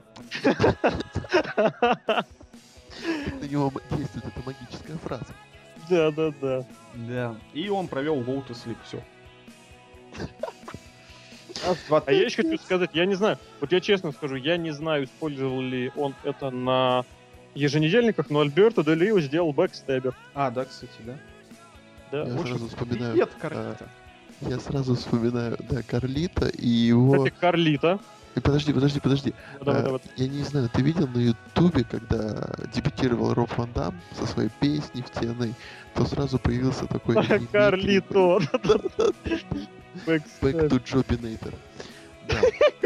На него действует эта магическая фраза. Да, да, да. Да. И он провел Go to Sleep, все. А я еще хочу сказать, я не знаю, вот я честно скажу, я не знаю, использовал ли он это на еженедельниках, но Альберто Дель Рио сделал бэкстебер. А, да, кстати, да. Да. Я Вот сразу что- вспоминаю. Привет, а, Карлита. Я сразу вспоминаю, да, Карлита и его. Кстати, Карлита. И подожди, подожди, подожди. Давай, А, давай. Я не знаю, ты видел на Ютубе, когда дебютировал Роб Ван Дам со своей песней в Ти Эн Эй, то сразу появился такой... мимикри. Карлито. Back Бэкстебер. to Jobinator. Да,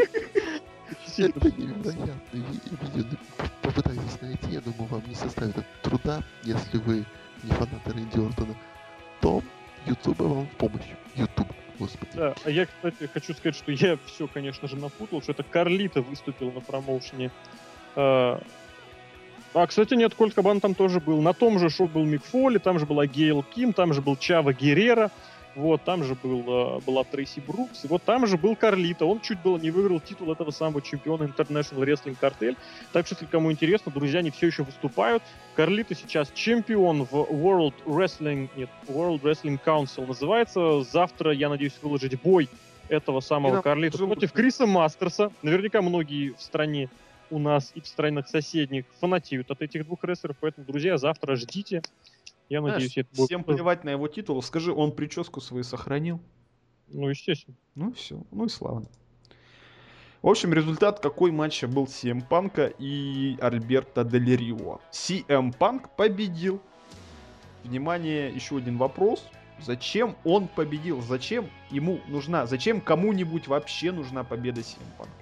это невероятное ви- видео. Попытайтесь найти, я думаю, вам не составит труда, если вы не фанаты Рэнди Ортона, то Ютуб вам в помощь. Ютуб, господи. Да, а я, кстати, хочу сказать, что я все, конечно же, напутал, что это Карлита выступил на промоушене. А, а, кстати, нет, Кольт Кабан там тоже был. На том же шоу был Мик Фоли, там же была Гейл Ким, там же был Чава Геррера, вот, там же был, а, была Трейси Брукс, и вот там же был Карлита. Он чуть было не выиграл титул этого самого чемпиона International Wrestling Cartel. Так что, если кому интересно, друзья, они все еще выступают. Карлита сейчас чемпион в World Wrestling, нет, World Wrestling Council называется. Завтра, я надеюсь, выложить бой этого самого нам Карлита живут. против Криса Мастерса. Наверняка многие в стране у нас и в странах соседних фанатеют от этих двух рестлеров, поэтому, друзья, завтра ждите. Я надеюсь, Знаешь, это будет... всем плевать на его титул. Скажи, он прическу свою сохранил? Ну, естественно. Ну все, ну и славно. В общем, результат какой матча был Си Эм Панка и Альберто Дель Рио. Си Эм Панк победил. Внимание, еще один вопрос. Зачем он победил? Зачем ему нужна? Зачем кому-нибудь вообще нужна победа Си Эм Панка?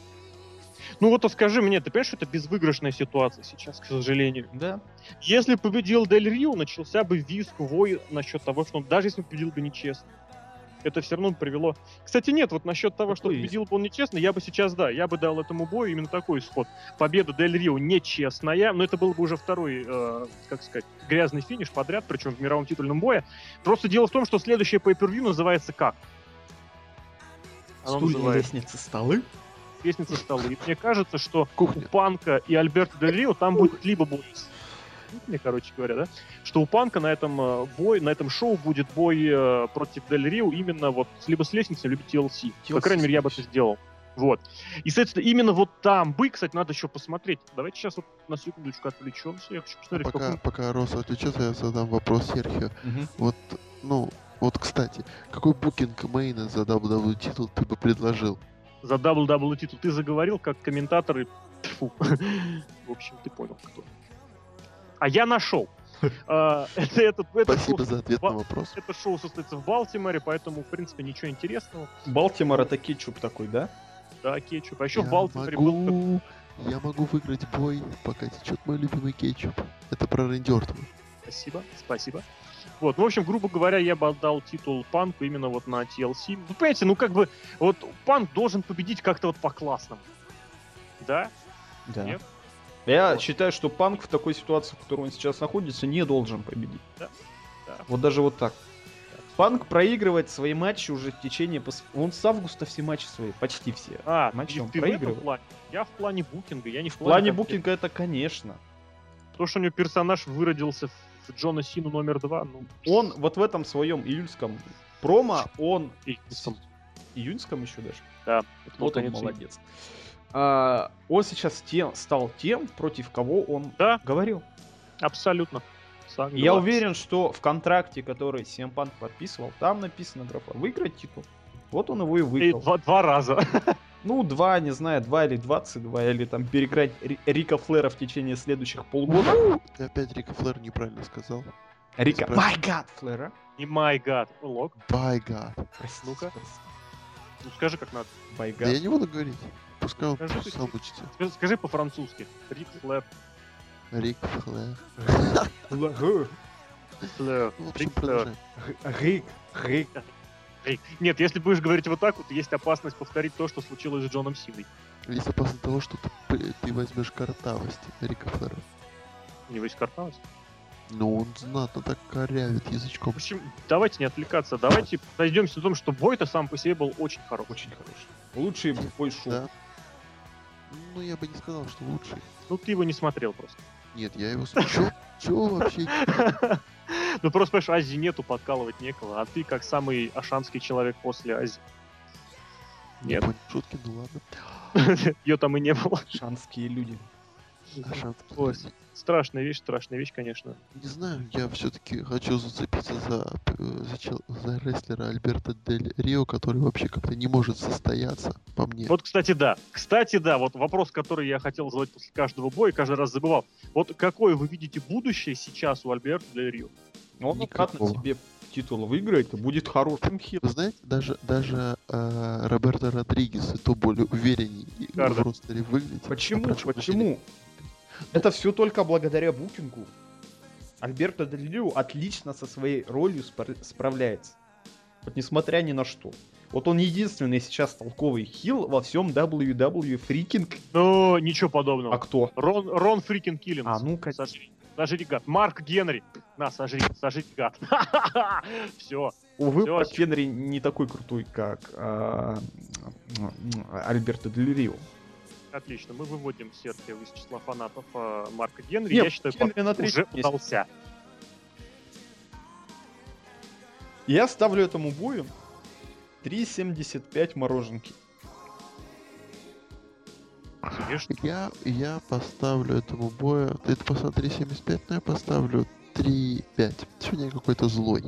Ну вот, а скажи мне, ты понимаешь, что это безвыигрышная ситуация сейчас, к сожалению? Да. Если победил Дель Рио, начался бы визг, вой насчет того, что он, даже если он победил бы нечестно, это все равно привело... Кстати, нет, вот насчет того, что Какой победил бы он нечестно, я бы сейчас, да, я бы дал этому бою именно такой исход. Победа Дель Рио нечестная, но это был бы уже второй, э, как сказать, грязный финиш подряд, причем в мировом титульном бое. Просто дело в том, что следующее pay-per-view называется как? Оно Стулья, называется лестницы, столы. «Лестница столы». И мне кажется, что Кухня. у Панка и Альберто Дель Рио там будет либо бой с... Мне, короче говоря, да? Что у Панка на этом э, бой, на этом шоу будет бой э, против Дель Рио именно вот либо с лестницей, либо Ти Эл Си. По крайней мере, я бы это сделал. Вот. И, соответственно, именно вот там бы, кстати, надо еще посмотреть. Давайте сейчас вот на секундочку отвлечемся. Я хочу А посмотреть, в пока, каком... пока Рос отвлечется, я задам вопрос Серхио. Мгм. Вот, ну, вот, кстати, какой букинг мейна за дабл ю дабл ю и титул ты бы предложил? За дабл ю дабл ю и титул ты заговорил, как комментатор и... Фу. В общем, ты понял, кто. А я нашел. А, это, это, это, Спасибо шоу, за ответ на Ба- вопрос. это шоу состоится в Балтиморе, поэтому, в принципе, ничего интересного. Балтимор это кетчуп такой, да? Да, кетчуп. А еще Я в Балтиморе был... могу... Я могу выиграть бой, пока течет мой любимый кетчуп. Это про Рэнди Ортона. Спасибо, спасибо. Вот, ну, в общем, грубо говоря, я бы отдал титул Панку именно вот на Ти Эл Си. Вы понимаете, ну, как бы, вот Панк должен победить как-то вот по-классному. Да? Да. Нет? Я Вот. считаю, что Панк в такой ситуации, в которой он сейчас находится, не должен победить. Да. Да. Вот даже вот так. Панк проигрывает свои матчи уже в течение... пос- Он с августа все матчи свои, почти все. А, матчи ты, он ты в этом проигрывает. плане? Я в плане букинга, я не в В плане... плане там, букинга это, конечно. То, что у него персонаж выродился в Джона Сину номер два, ну... Он вот в этом своем июльском промо, он... и- июньском еще даже. Да, это был Вот он конец июня. молодец. А, он сейчас тем, стал тем, против кого он Да. говорил. Абсолютно. И я уверен, что в контракте, который си эм Punk подписывал, там написано графа «выиграть титул». Вот он его и И выиграл. два, два раза. Ну, два, не знаю, два или двадцать два, или там переиграть Ри- Рика Флера в течение следующих полгода. Ты опять Рика Флэр неправильно сказал. Рика... Справедливо. My God, Флера. И my god. Лок, By God. Простите, Ну-ка. простите. ну скажи как надо. My Да я God. не буду говорить. Пускай он Скажи просто ты. сам учится. Скажи, скажи по-французски. Рик Флэр. Рик Флэр. Г- Флэр. Ну, в общем, Рик Флэр. продолжаем. Г- Рик. Рик. Рик. Нет, если будешь говорить вот так вот, есть опасность повторить то, что случилось с Джоном Синой. Есть опасность того, что ты, п- ты возьмешь картавость Рика Флэра. У него есть картавость. Но он знатно так корявит язычком. В общем, давайте не отвлекаться. Давайте пройдемся в том, что бой-то сам по себе был очень хороший. Очень хороший. Лучший бой шоу. Да. Ну, я бы не сказал, что лучший. Ну, ты его не смотрел просто. Нет, я его смотрю. Чё вообще? Ну, просто, понимаешь, Азии нету, подкалывать некого, а ты как самый ашанский человек после Азии. Не Нет. понял шутки, ну ладно. Ее там и не было. Шанские люди. А шанс Ой, подожди. страшная вещь, страшная вещь, конечно. Не знаю, я все-таки хочу зацепиться за, э, за, чел- за рестлера Альберто Дель Рио, который вообще как-то не может состояться, по мне. Вот, кстати, да. Кстати, да, вот вопрос, который я хотел задать после каждого боя, каждый раз забывал. Вот какое вы видите будущее сейчас у Альберто Дель Рио? Он обратно Никакого. себе титул выиграет и будет хорошим хилом. Вы знаете, даже, даже э, Роберто Родригес и то более уверенней в Рикардо. ростере выглядит. Почему? А прошу Почему? Это все только благодаря букингу. Альберто Дель Рио отлично со своей ролью спар- справляется. Вот несмотря ни на что. Вот он единственный сейчас толковый хил во всем дабл ю дабл ю фрикинг. Ну, ничего подобного. А кто? Рон, Рон Фрикин Киллингс. А, ну-ка. Сожри. Сожри, гад. Марк Генри. На, сожри, сожри, гад. Все. Увы, Всё, Марк Генри не такой крутой, как а, Альберто Дель Рио. Отлично. Мы выводим Серхио из числа фанатов а, Марка Генри. Нет, Я считаю, Генри пак на уже третьем месте. удался. Я ставлю этому бою три семьдесят пять мороженки. Конечно. Я, я поставлю этому бою... Ты это поставил три семьдесят пять, но я поставлю три пять. Сегодня я какой-то злой.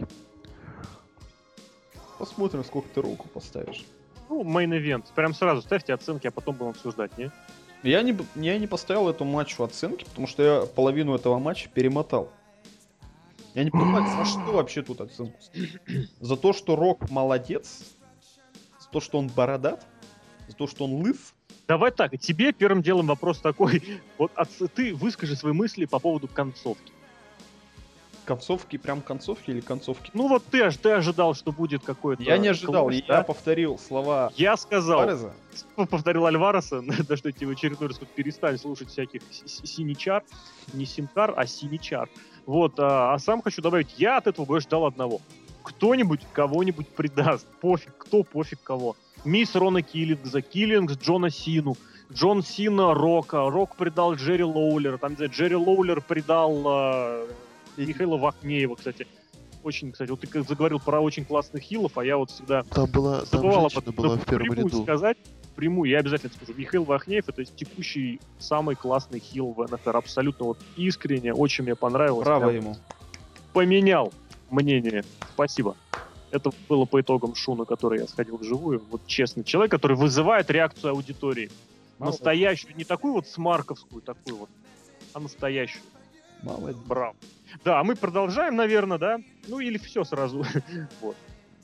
Посмотрим, сколько ты руку поставишь. Ну, мейн-эвент. Прям сразу ставьте оценки, а потом будем обсуждать, не? Я не, б- я не поставил этому матчу оценки, потому что я половину этого матча перемотал. Я не понимаю, за что вообще тут оценку ставить? За то, что Рок молодец? За то, что он бородат? За то, что он лыс? Давай так, тебе первым делом вопрос такой. Вот отц- ты выскажи свои мысли по поводу концовки. Концовки, прям концовки или концовки? Ну вот ты, ож- ты ожидал, что будет какой-то... Я не ожидал, клош, я да? повторил слова Я сказал, Пареза. повторил Альвареса, да что тебе в очередной раз тут перестань слушать всяких си- си- синичар, не синкар, а синичар. Вот, а, а сам хочу добавить, я от этого боя ждал одного. Кто-нибудь кого-нибудь предаст, пофиг кто, пофиг кого. Мисс Рона Киллингса, Киллингс Джона Сину, Джон Сина Рока, Рок предал Джерри Лоулера, там, где Джерри Лоулер предал а, Михаила Вахнеева, кстати. Очень, кстати, вот ты как заговорил про очень классных хилов, а я вот всегда Там была, там забывал об женщина этом. была Но в первом впрямую ряду. сказать, впрямую, я обязательно скажу. Михаил Вахнеев — это текущий самый классный хил в эн эф эр. Абсолютно вот искренне, очень мне понравилось. Браво Прям ему. поменял мнение. Спасибо. Это было по итогам шоу, на который я сходил вживую. Вот честный человек, который вызывает реакцию аудитории. Молодец. Настоящую, не такую вот смарковскую, такую вот, а настоящую. Молодец. Браво. Да, а мы продолжаем, наверное, да? Ну или все сразу. Вот.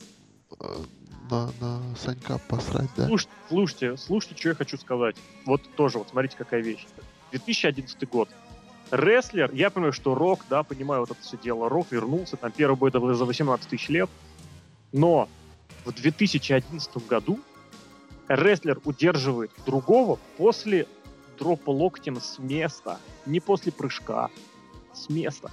Э, На, на Санька посрать, да? Слушайте, слушайте, слушайте, что я хочу сказать. Вот тоже, вот смотрите, какая вещь. две тысячи одиннадцатый год. Рестлер, я понимаю, что Рок, да, понимаю вот это все дело. Рок вернулся, там первый бой это за восемнадцать тысяч лет. Но в две тысячи одиннадцатом году рестлер удерживает другого после дропа локтем с места. Не после прыжка, с места.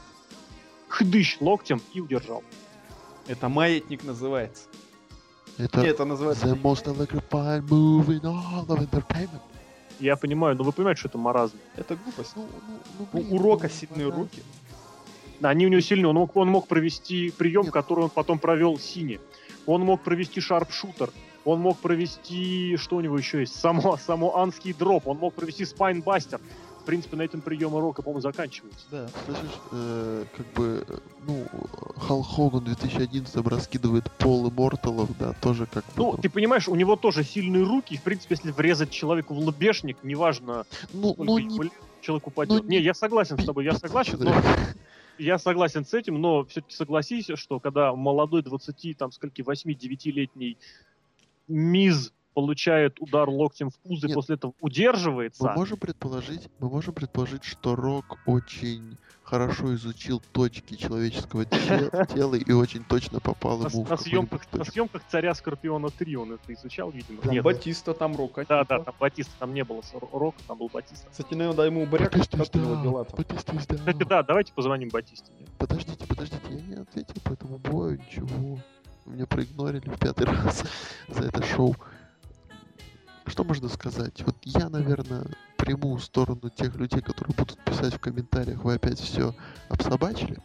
Хдыщ локтем и удержал. Это маятник называется. Это Нет, это называется... the most electrifying move in all of entertainment. Я понимаю, но вы понимаете, что это маразм. Это глупость. Ну, ну, ну, У блин, у Рока ну, сильные да. руки. Да, они у него сильные. Он мог, он мог провести прием, Нет. который он потом провел Сине. Он мог провести шарпшутер. он мог провести, что у него еще есть, само, самоанский дроп, он мог провести спайнбастер. В принципе, на этом приемы Рока, по-моему, заканчиваются. Да, слышишь, э, как бы, ну, Халк Хоган в две тысячи одиннадцатом раскидывает пол имморталов, да, тоже как бы... Ну, ну, ты понимаешь, у него тоже сильные руки, и, в принципе, если врезать человеку в лобешник, неважно, ну, сколько ну, ему не лет, человек упадет. ну, не, не я согласен с тобой, я согласен, но... Я согласен с этим, но все-таки согласись, что когда молодой двадцати, там, скольки, восьми-девятилетний Миз получает удар локтем в пузо и Нет. после этого Мы удерживается, можем предположить, мы можем предположить, что Рок очень хорошо изучил точки человеческого те- тела и очень точно попал на, ему в на съемках, какую-нибудь на точку. съемках «Царя Скорпиона три» он это изучал, видимо. Там Нет, Батиста, там Рока. да, типа. да, там Батиста, там не было Сор- Рока, там был Батиста. Кстати, наверное, да, ему баряк Батиста откатывал звезда, дела там. Батиста звезда. Кстати, да, давайте позвоним Батисте. Нет? Подождите, подождите, я не ответил по этому бою, ничего. Меня проигнорили в пятый раз за это шоу. Что можно сказать? Вот я, наверное, приму сторону тех людей, которые будут писать в комментариях, вы опять все обсобачили.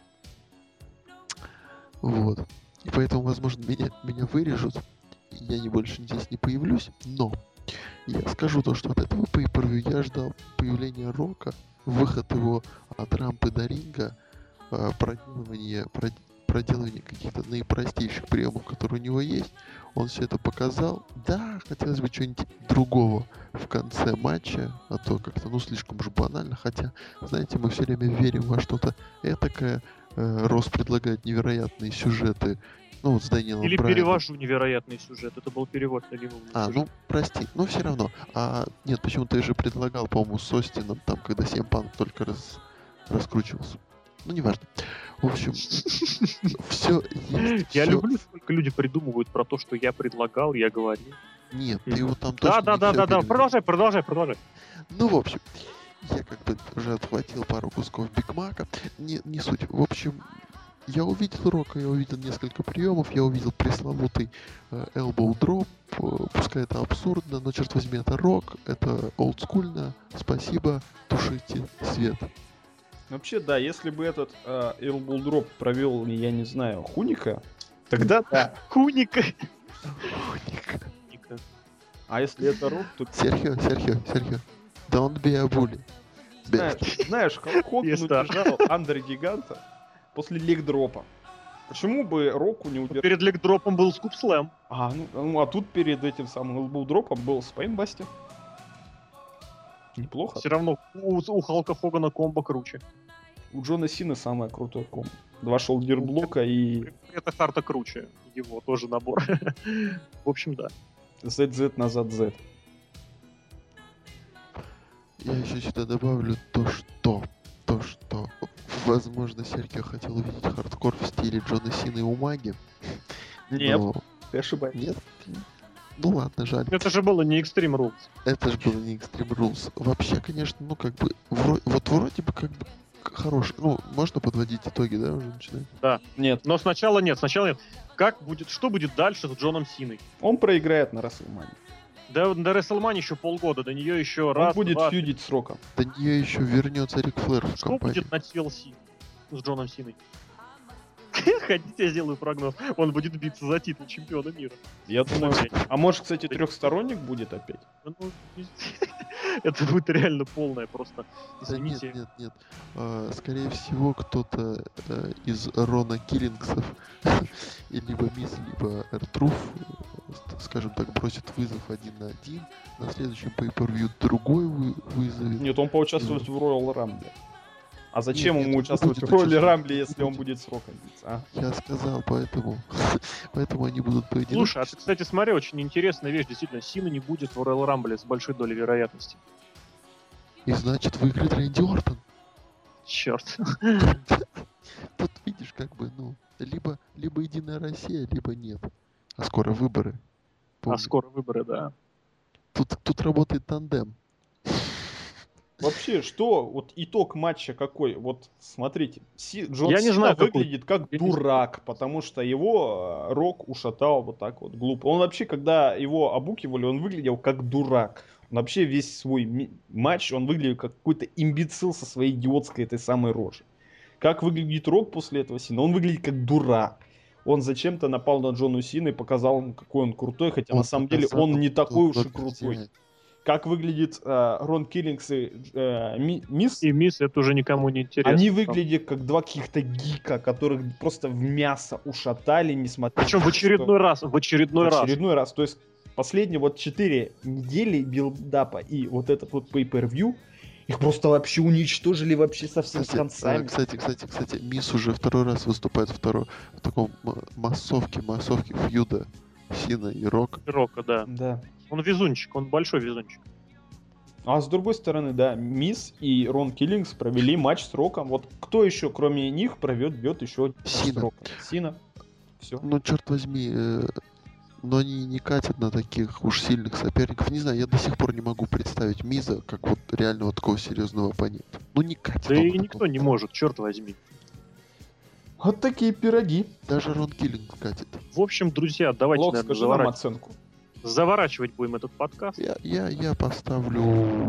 Вот. И поэтому, возможно, меня, меня вырежут. И я не больше здесь не появлюсь. Но я скажу то, что от этого pay-per-view я ждал появления Рока, выход его от рампы до ринга, э, проделывание, прод- проделывание каких-то наипростейших приемов, которые у него есть. Он все это показал. Да, хотелось бы чего-нибудь другого в конце матча, а то как-то, ну, слишком уж банально. Хотя, знаете, мы все время верим во что-то этакое. Э, Рос предлагает невероятные сюжеты. Ну, вот с Дэниелом Или Брайаном. перевожу невероятный сюжет. Это был перевод на виновный А, сюжет. ну, прости, но все равно. А, нет, почему-то я же предлагал, по-моему, с Остином, там, когда Си Эм Панк только раз, раскручивался. Ну, неважно. В общем, все есть. Я всё. люблю, сколько люди придумывают про то, что я предлагал, я говорил. Нет, ты вот там точно Да, да, не да, всё да, да. перевел. Продолжай, продолжай, продолжай. Ну, в общем, я как бы уже отхватил пару кусков Биг Мака. Не, не суть. В общем, я увидел Рока, я увидел несколько приемов, я увидел пресловутый э, elbow drop. Э, пускай это абсурдно, но, черт возьми, это рок, это олдскульно. Спасибо, тушите свет. Вообще, да, если бы этот э, elbow drop провел, я не знаю, Хуника, тогда да. Куника. А если это Рок, то Серхио, Серхио, Серхио. Don't be a bully. знаешь, Best. знаешь, Халк Хоган Yes, да. удержал Андер Гиганта после лиг-дропа. Почему бы Року не удержать? Перед легдропом был скуп слэм. А, ну, ну, а тут перед этим самым elbow-дропом был спайнбастер. Неплохо. Все равно у, у Халка Хогана комбо круче. У Джона Сины самое крутое комбо. Два шолдер-блока и Это Харта круче. Его тоже набор. В общем, да. зет зет назад Z. Я еще сюда добавлю то, что... То, что... Возможно, Серхио хотел увидеть хардкор в стиле Джона Сины и Умаги. Нет, но- ты ошибаешься. Нет? Ну ладно, жаль. Это же было не Extreme Rules. Это же было не Extreme Rules. Вообще, конечно, ну как бы... вро- Вот вроде бы как бы к- хороший... Ну, можно подводить итоги, да, уже начинать? Нет, Но сначала нет, сначала нет. Как будет, что будет дальше с Джоном Синой? он проиграет на Расселмане. До, до WrestleMania еще полгода, до нее еще Он раз, будет два, фьюдить с Роком. До нее еще вернется Рик Флэр в Что компании. будет на ти эл си с Джоном Синой? Хотите, я сделаю прогноз. Он будет биться за титул чемпиона мира. Я думаю. А может, кстати, трехсторонник будет опять? Ну, не- Это будет реально полное просто. Да нет, Извините. нет, нет. А, скорее всего, кто-то э, из Рона Киллингсов, и либо Мисс, либо Эртруф, э, скажем так, бросит вызов один на один. На следующем pay-per-view другой вы- вызовет. Нет, он поучаствовать в Royal Rumble. А зачем Нет, ему нет, участвовать будет в роли участвовать, Рамбле, не если он будет. будет с Роком биться? А? Я сказал, поэтому, поэтому они будут поединки. Слушай, а ты, кстати, смотри, очень интересная вещь, действительно, Сина не будет в Royal Rumble с большой долей вероятности. И значит выиграет Рэнди Ортон. Черт. Тут видишь, как бы, ну, либо, либо Единая Россия, либо нет. А скоро выборы. А Помни. скоро выборы, да. Тут, тут работает тандем. Вообще, что, вот итог матча какой? Вот, смотрите, Си- Джон Я не Сина знаю, какой. выглядит как Я не дурак, потому что его э, Рок ушатал вот так вот глупо. Он вообще, когда его обукивали, он выглядел как дурак. Он вообще весь свой ми- матч, он выглядел как какой-то имбецил со своей идиотской этой самой рожей. Как выглядит Рок после этого Сина? Он выглядит как дурак. он зачем-то напал на Джона Сину и показал ему, какой он крутой, хотя Он на самом деле показал, он не кто такой уж и много крутой. сделает. Как выглядит э, Рон Киллингс и э, Ми- Мисс? И Мисс, это уже никому не интересно. Они выглядят как два каких-то гика, которых просто в мясо ушатали, несмотря Причем в очередной раз, в очередной в раз. очередной раз. То есть последние вот четыре недели билдапа и вот этот вот pay-per-view, их просто вообще уничтожили вообще совсем с Кстати, концами. э, кстати, кстати, кстати, Мисс уже второй раз выступает второй, в таком м- массовке, массовке фьюда Сина и Рок. Рока, да. Да. Он везунчик, он большой везунчик. А с другой стороны, да, Мисс и Рон Киллингс провели матч с Роком. Вот кто еще, кроме них, проведет еще матч с Сина. Роком? Сина. Все. Ну, черт возьми, э, но они не катят на таких уж сильных соперников. Не знаю, я до сих пор не могу представить Миза как вот реально вот такого серьезного оппонента. Ну, не катит. Да он и на никто таком. не может, черт возьми. Вот такие пироги. Даже Рон Киллинг катит. В общем, друзья, давайте, Лок, наверное, скажи нам заворачивать. оценку. заворачивать будем этот подкаст. Я, я, я поставлю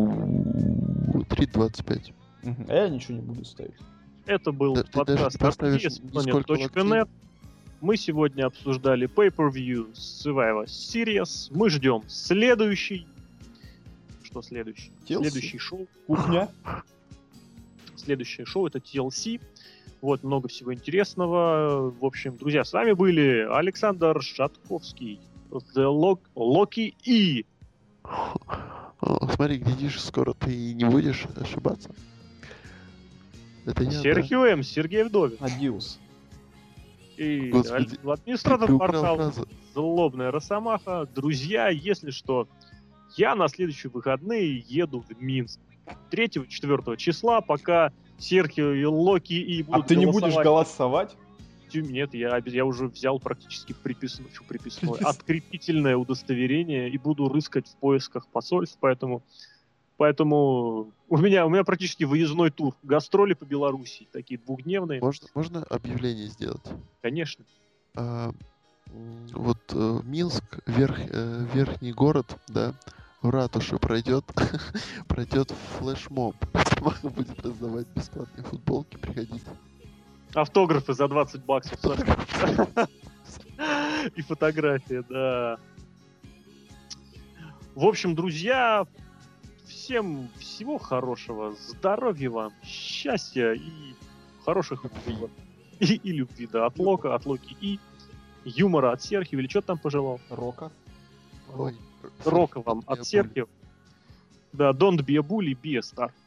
три двадцать пять. Мгм. А я ничего не буду ставить. Это был Да, ты даже подкаст не поставишь ар пи эс нисколько планет точка локтей. нет. Мы сегодня обсуждали Pay-Per-View Survivor Series. Мы ждем следующий... Что следующий? ти эл си. Следующий шоу. Кухня. Следующее шоу — это ти эл си. Вот, много всего интересного. В общем, друзья, с вами были Александр Шатковский, The Lock, Локи и... О, смотри, глядишь, скоро ты не будешь ошибаться. Это я, да? Серхио М. Сергей Вдовин. Адиус. И Господи, аль- администратор Ты украл портала фразу. Злобная Росомаха. Друзья, если что, я на следующие выходные еду в Минск. третьего-четвёртого числа, пока Серхио и Локи и А будут ты не будешь голосовать. голосовать? Нет, я, обе- я уже взял практически приписное, фу, приписное, открепительное удостоверение и буду рыскать в поисках посольств, поэтому, поэтому у меня, у меня практически выездной тур. Гастроли по Беларуси, такие двухдневные, Можно, можно объявление сделать? конечно. А, м, вот э, Минск, верх, э, верхний город, да, в ратуше пройдет, пройдет флешмоб. Можно будет раздавать бесплатные футболки, приходите. Автографы за двадцать баксов. И фотография, да. В общем, друзья, всем всего хорошего, здоровья вам, счастья и хороших выборов. И, и любви, да, от Лока, от Локи и юмора от Серхио, или что там пожелал? Рока. Ой, Рока вам я от Серхио. Да, don't be a bully, be a star.